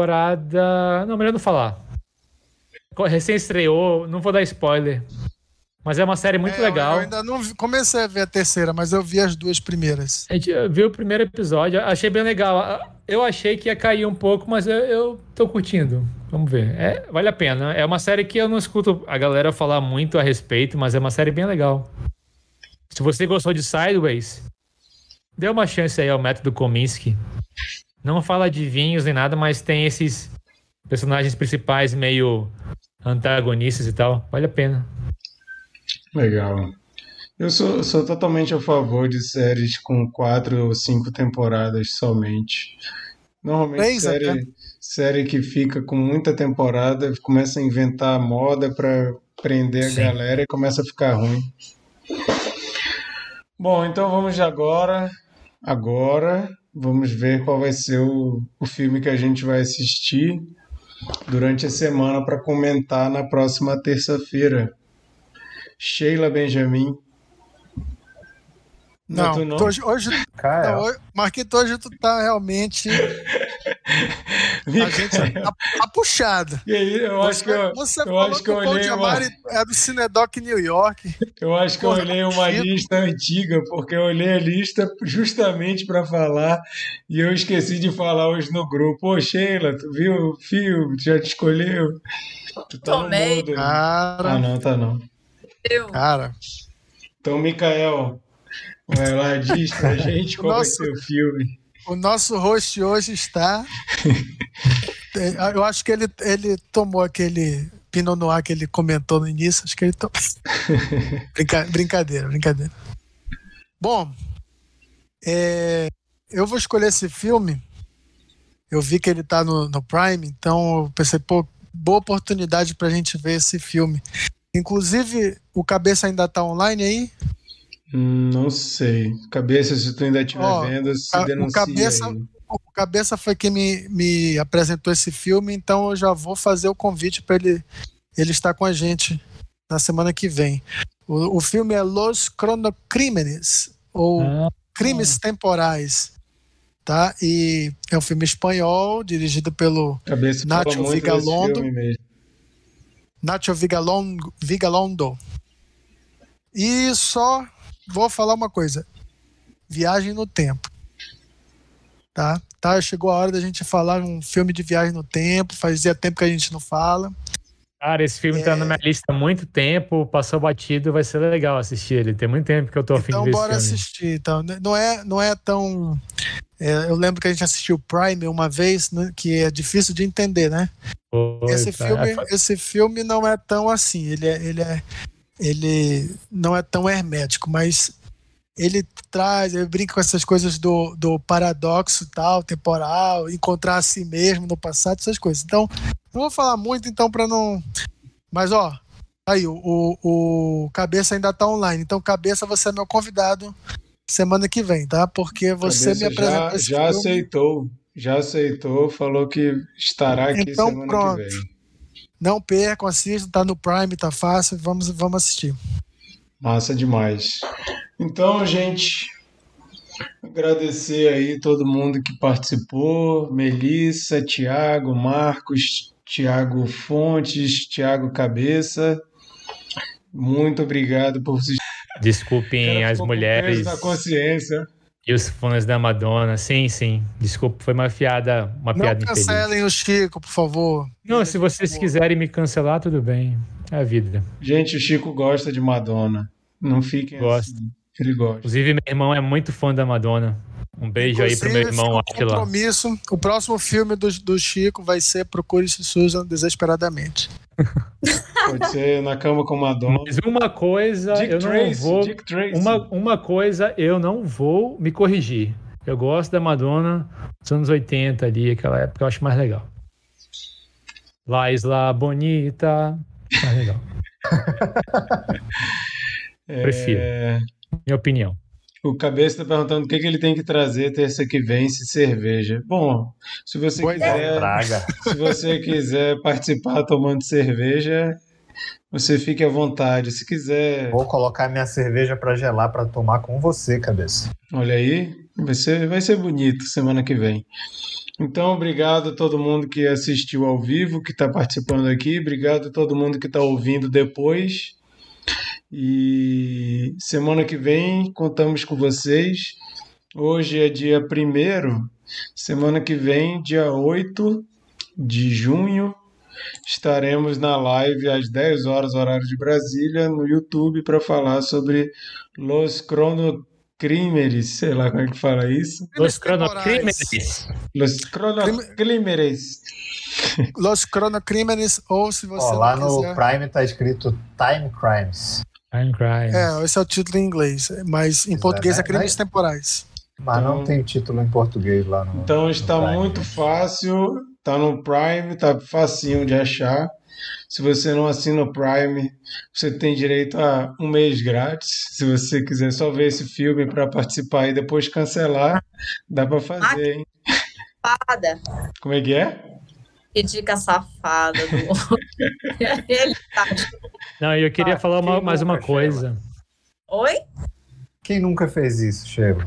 temporada... Não, melhor não falar. Recém estreou, não vou dar spoiler. Mas é uma série muito É, eu- legal. Eu ainda não vi- comecei a ver a terceira, mas eu vi as duas primeiras. A gente viu o primeiro episódio, achei bem legal. Eu achei que ia cair um pouco, mas eu, eu tô curtindo. Vamos ver. É, vale a pena. É uma série que eu não escuto a galera falar muito a respeito, mas é uma série bem legal. Se você gostou de Sideways, dê uma chance aí ao Método Kominsky. Não fala de vinhos nem nada, mas tem esses personagens principais meio antagonistas e tal. Vale a pena. Legal. Eu sou, sou totalmente a favor de séries com quatro ou cinco temporadas somente. Normalmente Três até. série, série que fica com muita temporada começa a inventar moda para prender a Sim. galera e começa a ficar ruim. Bom, então vamos agora, agora vamos ver qual vai ser o, o filme que a gente vai assistir durante a semana para comentar na próxima terça-feira. Sheila Benjamin. Não, Não, tu não? tu hoje, hoje, Cara, não, hoje- Marquito, hoje tu tá realmente. A gente tá, tá puxado. E aí, eu acho Você, que eu, você eu falou acho que que eu o Paul olhei uma, Giamatti é do Cinedoc New York. eu acho que eu Porra, olhei uma Chico. lista antiga, porque eu olhei a lista justamente para falar e eu esqueci de falar hoje no grupo. Ô, Sheila, tu viu o filme? Já te escolheu? Tu tá no Tomei. mudo. Cara, Ah, não, tá não. Eu. cara. Então, Mikael, vai lá, diz pra gente O qual vai nosso- ser o filme. O nosso host hoje está. É, Eu acho que ele, ele tomou aquele Pinot Noir que ele comentou no início. Acho que ele tomou. Brinca- brincadeira, brincadeira. Bom, é, eu vou escolher esse filme. Eu vi que ele tá no, no Prime, então eu pensei, pô, boa oportunidade pra gente ver esse filme. Inclusive, o Cabeça ainda tá online aí. Hum, Não sei. Cabeça, se tu ainda estiver Ó, vendo, se a- o denuncia Cabeça- aí. O Cabeça foi quem me, me apresentou esse filme, então eu já vou fazer o convite para ele, ele estar com a gente na semana que vem. O, o filme é Los Cronocrímenes, ou Ah, Crimes Temporais, tá? E é um filme espanhol, dirigido pelo Cabeça fala Nacho muito desse Vigalondo. filme mesmo. Nacho Vigalondo, Vigalondo. E só vou falar uma coisa. Viagem no tempo. Tá? Tá? Chegou a hora da gente falar um filme de viagem no tempo. Fazia tempo que a gente não fala. cara, esse filme tá na minha lista há muito tempo, passou batido, vai ser legal assistir ele. Tem muito tempo que eu tô afim Então de ver bora esse filme. assistir. Então, não é, não é tão. é, eu lembro que a gente assistiu Prime uma vez, né, que é difícil de entender, né? Foi, Esse tá. filme, Ah, esse filme não é tão assim. Ele é, ele é, ele não é tão hermético, mas ele traz, ele brinca com essas coisas do, do paradoxo tal, temporal, encontrar a si mesmo no passado, essas coisas. Então, não vou falar muito, então, para não. Mas, ó, aí, o, o, o Cabeça ainda tá online. Então, Cabeça, você é meu convidado semana que vem, tá? Porque você Cabeça me apresentou já, esse já filme. aceitou. Já aceitou, falou que estará aqui Então, semana pronto. que vem. Não percam, assistam, tá no Prime, tá fácil, vamos, vamos assistir. Massa demais. Então, gente, agradecer aí todo mundo que participou, Melissa, Tiago, Marcos, Tiago Fontes, Tiago Cabeça. Muito obrigado por vocês. Desculpem Cara, as ficou com mulheres peso na consciência. e os fãs da Madonna. Sim, sim. Desculpa, foi uma piada, uma Não piada infeliz. cancelem o Chico, por favor. Não, se vocês quiserem me cancelar, tudo bem. É a vida. Gente, o Chico gosta de Madonna. Não fiquem Gosto. assim. Ele gosta. Inclusive, meu irmão é muito fã da Madonna. Um beijo aí pro meu Inclusive, irmão fica o Atila. compromisso. O próximo filme do, do Chico vai ser Procure Susan Desesperadamente. Pode ser Na Cama com Madonna. Mas uma coisa, Dick eu não Tracy, vou. Dick Tracy. Uma, uma coisa eu não vou me corrigir. Eu gosto da Madonna dos anos oitenta ali, aquela época eu acho mais legal. La Isla Bonita, mais legal. Prefiro. É, Minha opinião. O Cabeça está perguntando o que, que ele tem que trazer terça que vem se cerveja. Bom, se você Boa quiser, traga. se você quiser participar tomando cerveja, você fique à vontade. Se quiser, Vou colocar minha cerveja pra gelar pra tomar com você, cabeça. olha aí, vai ser, vai ser bonito semana que vem. Então, obrigado a todo mundo que assistiu ao vivo, que está participando aqui. Obrigado a todo mundo que está ouvindo depois. E semana que vem contamos com vocês. Hoje é dia primeiro, semana que vem, dia oito de junho, estaremos na live às dez horas, horário de Brasília, no YouTube, para falar sobre Los Cronocrímenes, sei lá como é que fala isso. Los Cronocrímenes. Los Cronocrímenes. Los Cronocrímenes, ou se você Ó, lá não quiser... no Prime tá escrito Time Crimes. I'm crying. É, esse é o título em inglês, mas em Exato. português é Crimes Mas- Temporais. Mas Então- não tem título em português lá no. Então no está Prime, muito né? fácil, está no Prime, está facinho de achar. Se você não assina o Prime, você tem direito a um mês grátis. Se você quiser só ver esse filme para participar e depois cancelar, dá para fazer, hein? Safada. Como é que é? Que dica safada do. Ele tá. Não, e eu queria Ah, falar uma- quem mais uma nunca, coisa. Oi? Quem nunca fez isso, Sheila?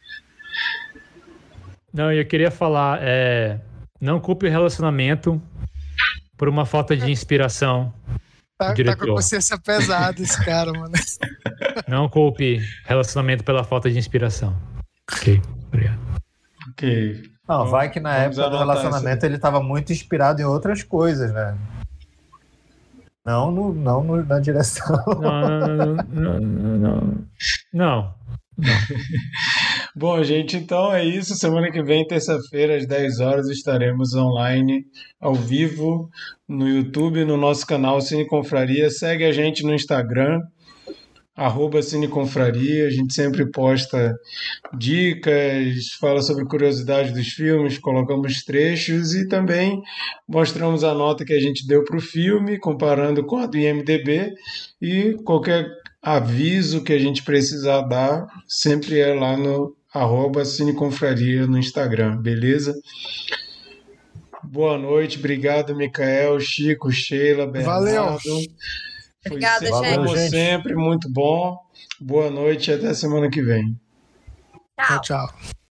Não, eu queria falar, é, não culpe o relacionamento por uma falta de inspiração. Tá, tá com a Diretor. consciência pesada esse cara, mano. Não culpe relacionamento pela falta de inspiração. Ok, obrigado. Ok. Não, Vamos- vai que na vamos época do anotar relacionamento ele estava muito inspirado em outras coisas, né? Não, no, não no- na direção. Não, não, não, não, não, não. Não. Bom, gente, então é isso. Semana que vem, terça-feira, às dez horas, estaremos online, ao vivo, no YouTube, no nosso canal Cine Confraria. Segue a gente no Instagram, arroba Cine Confraria. A gente sempre posta dicas, fala sobre curiosidades dos filmes, colocamos trechos e também mostramos a nota que a gente deu para o filme, comparando com a do I M D B, e qualquer aviso que a gente precisar dar, sempre é lá no arroba Cine Confraria no Instagram, beleza? Boa noite, obrigado, Micael, Chico, Sheila, Bernardo. Valeu. Foi Obrigada, sempre, gente. como gente. sempre, muito bom. Boa noite e até semana que vem. Tchau. Tchau, tchau.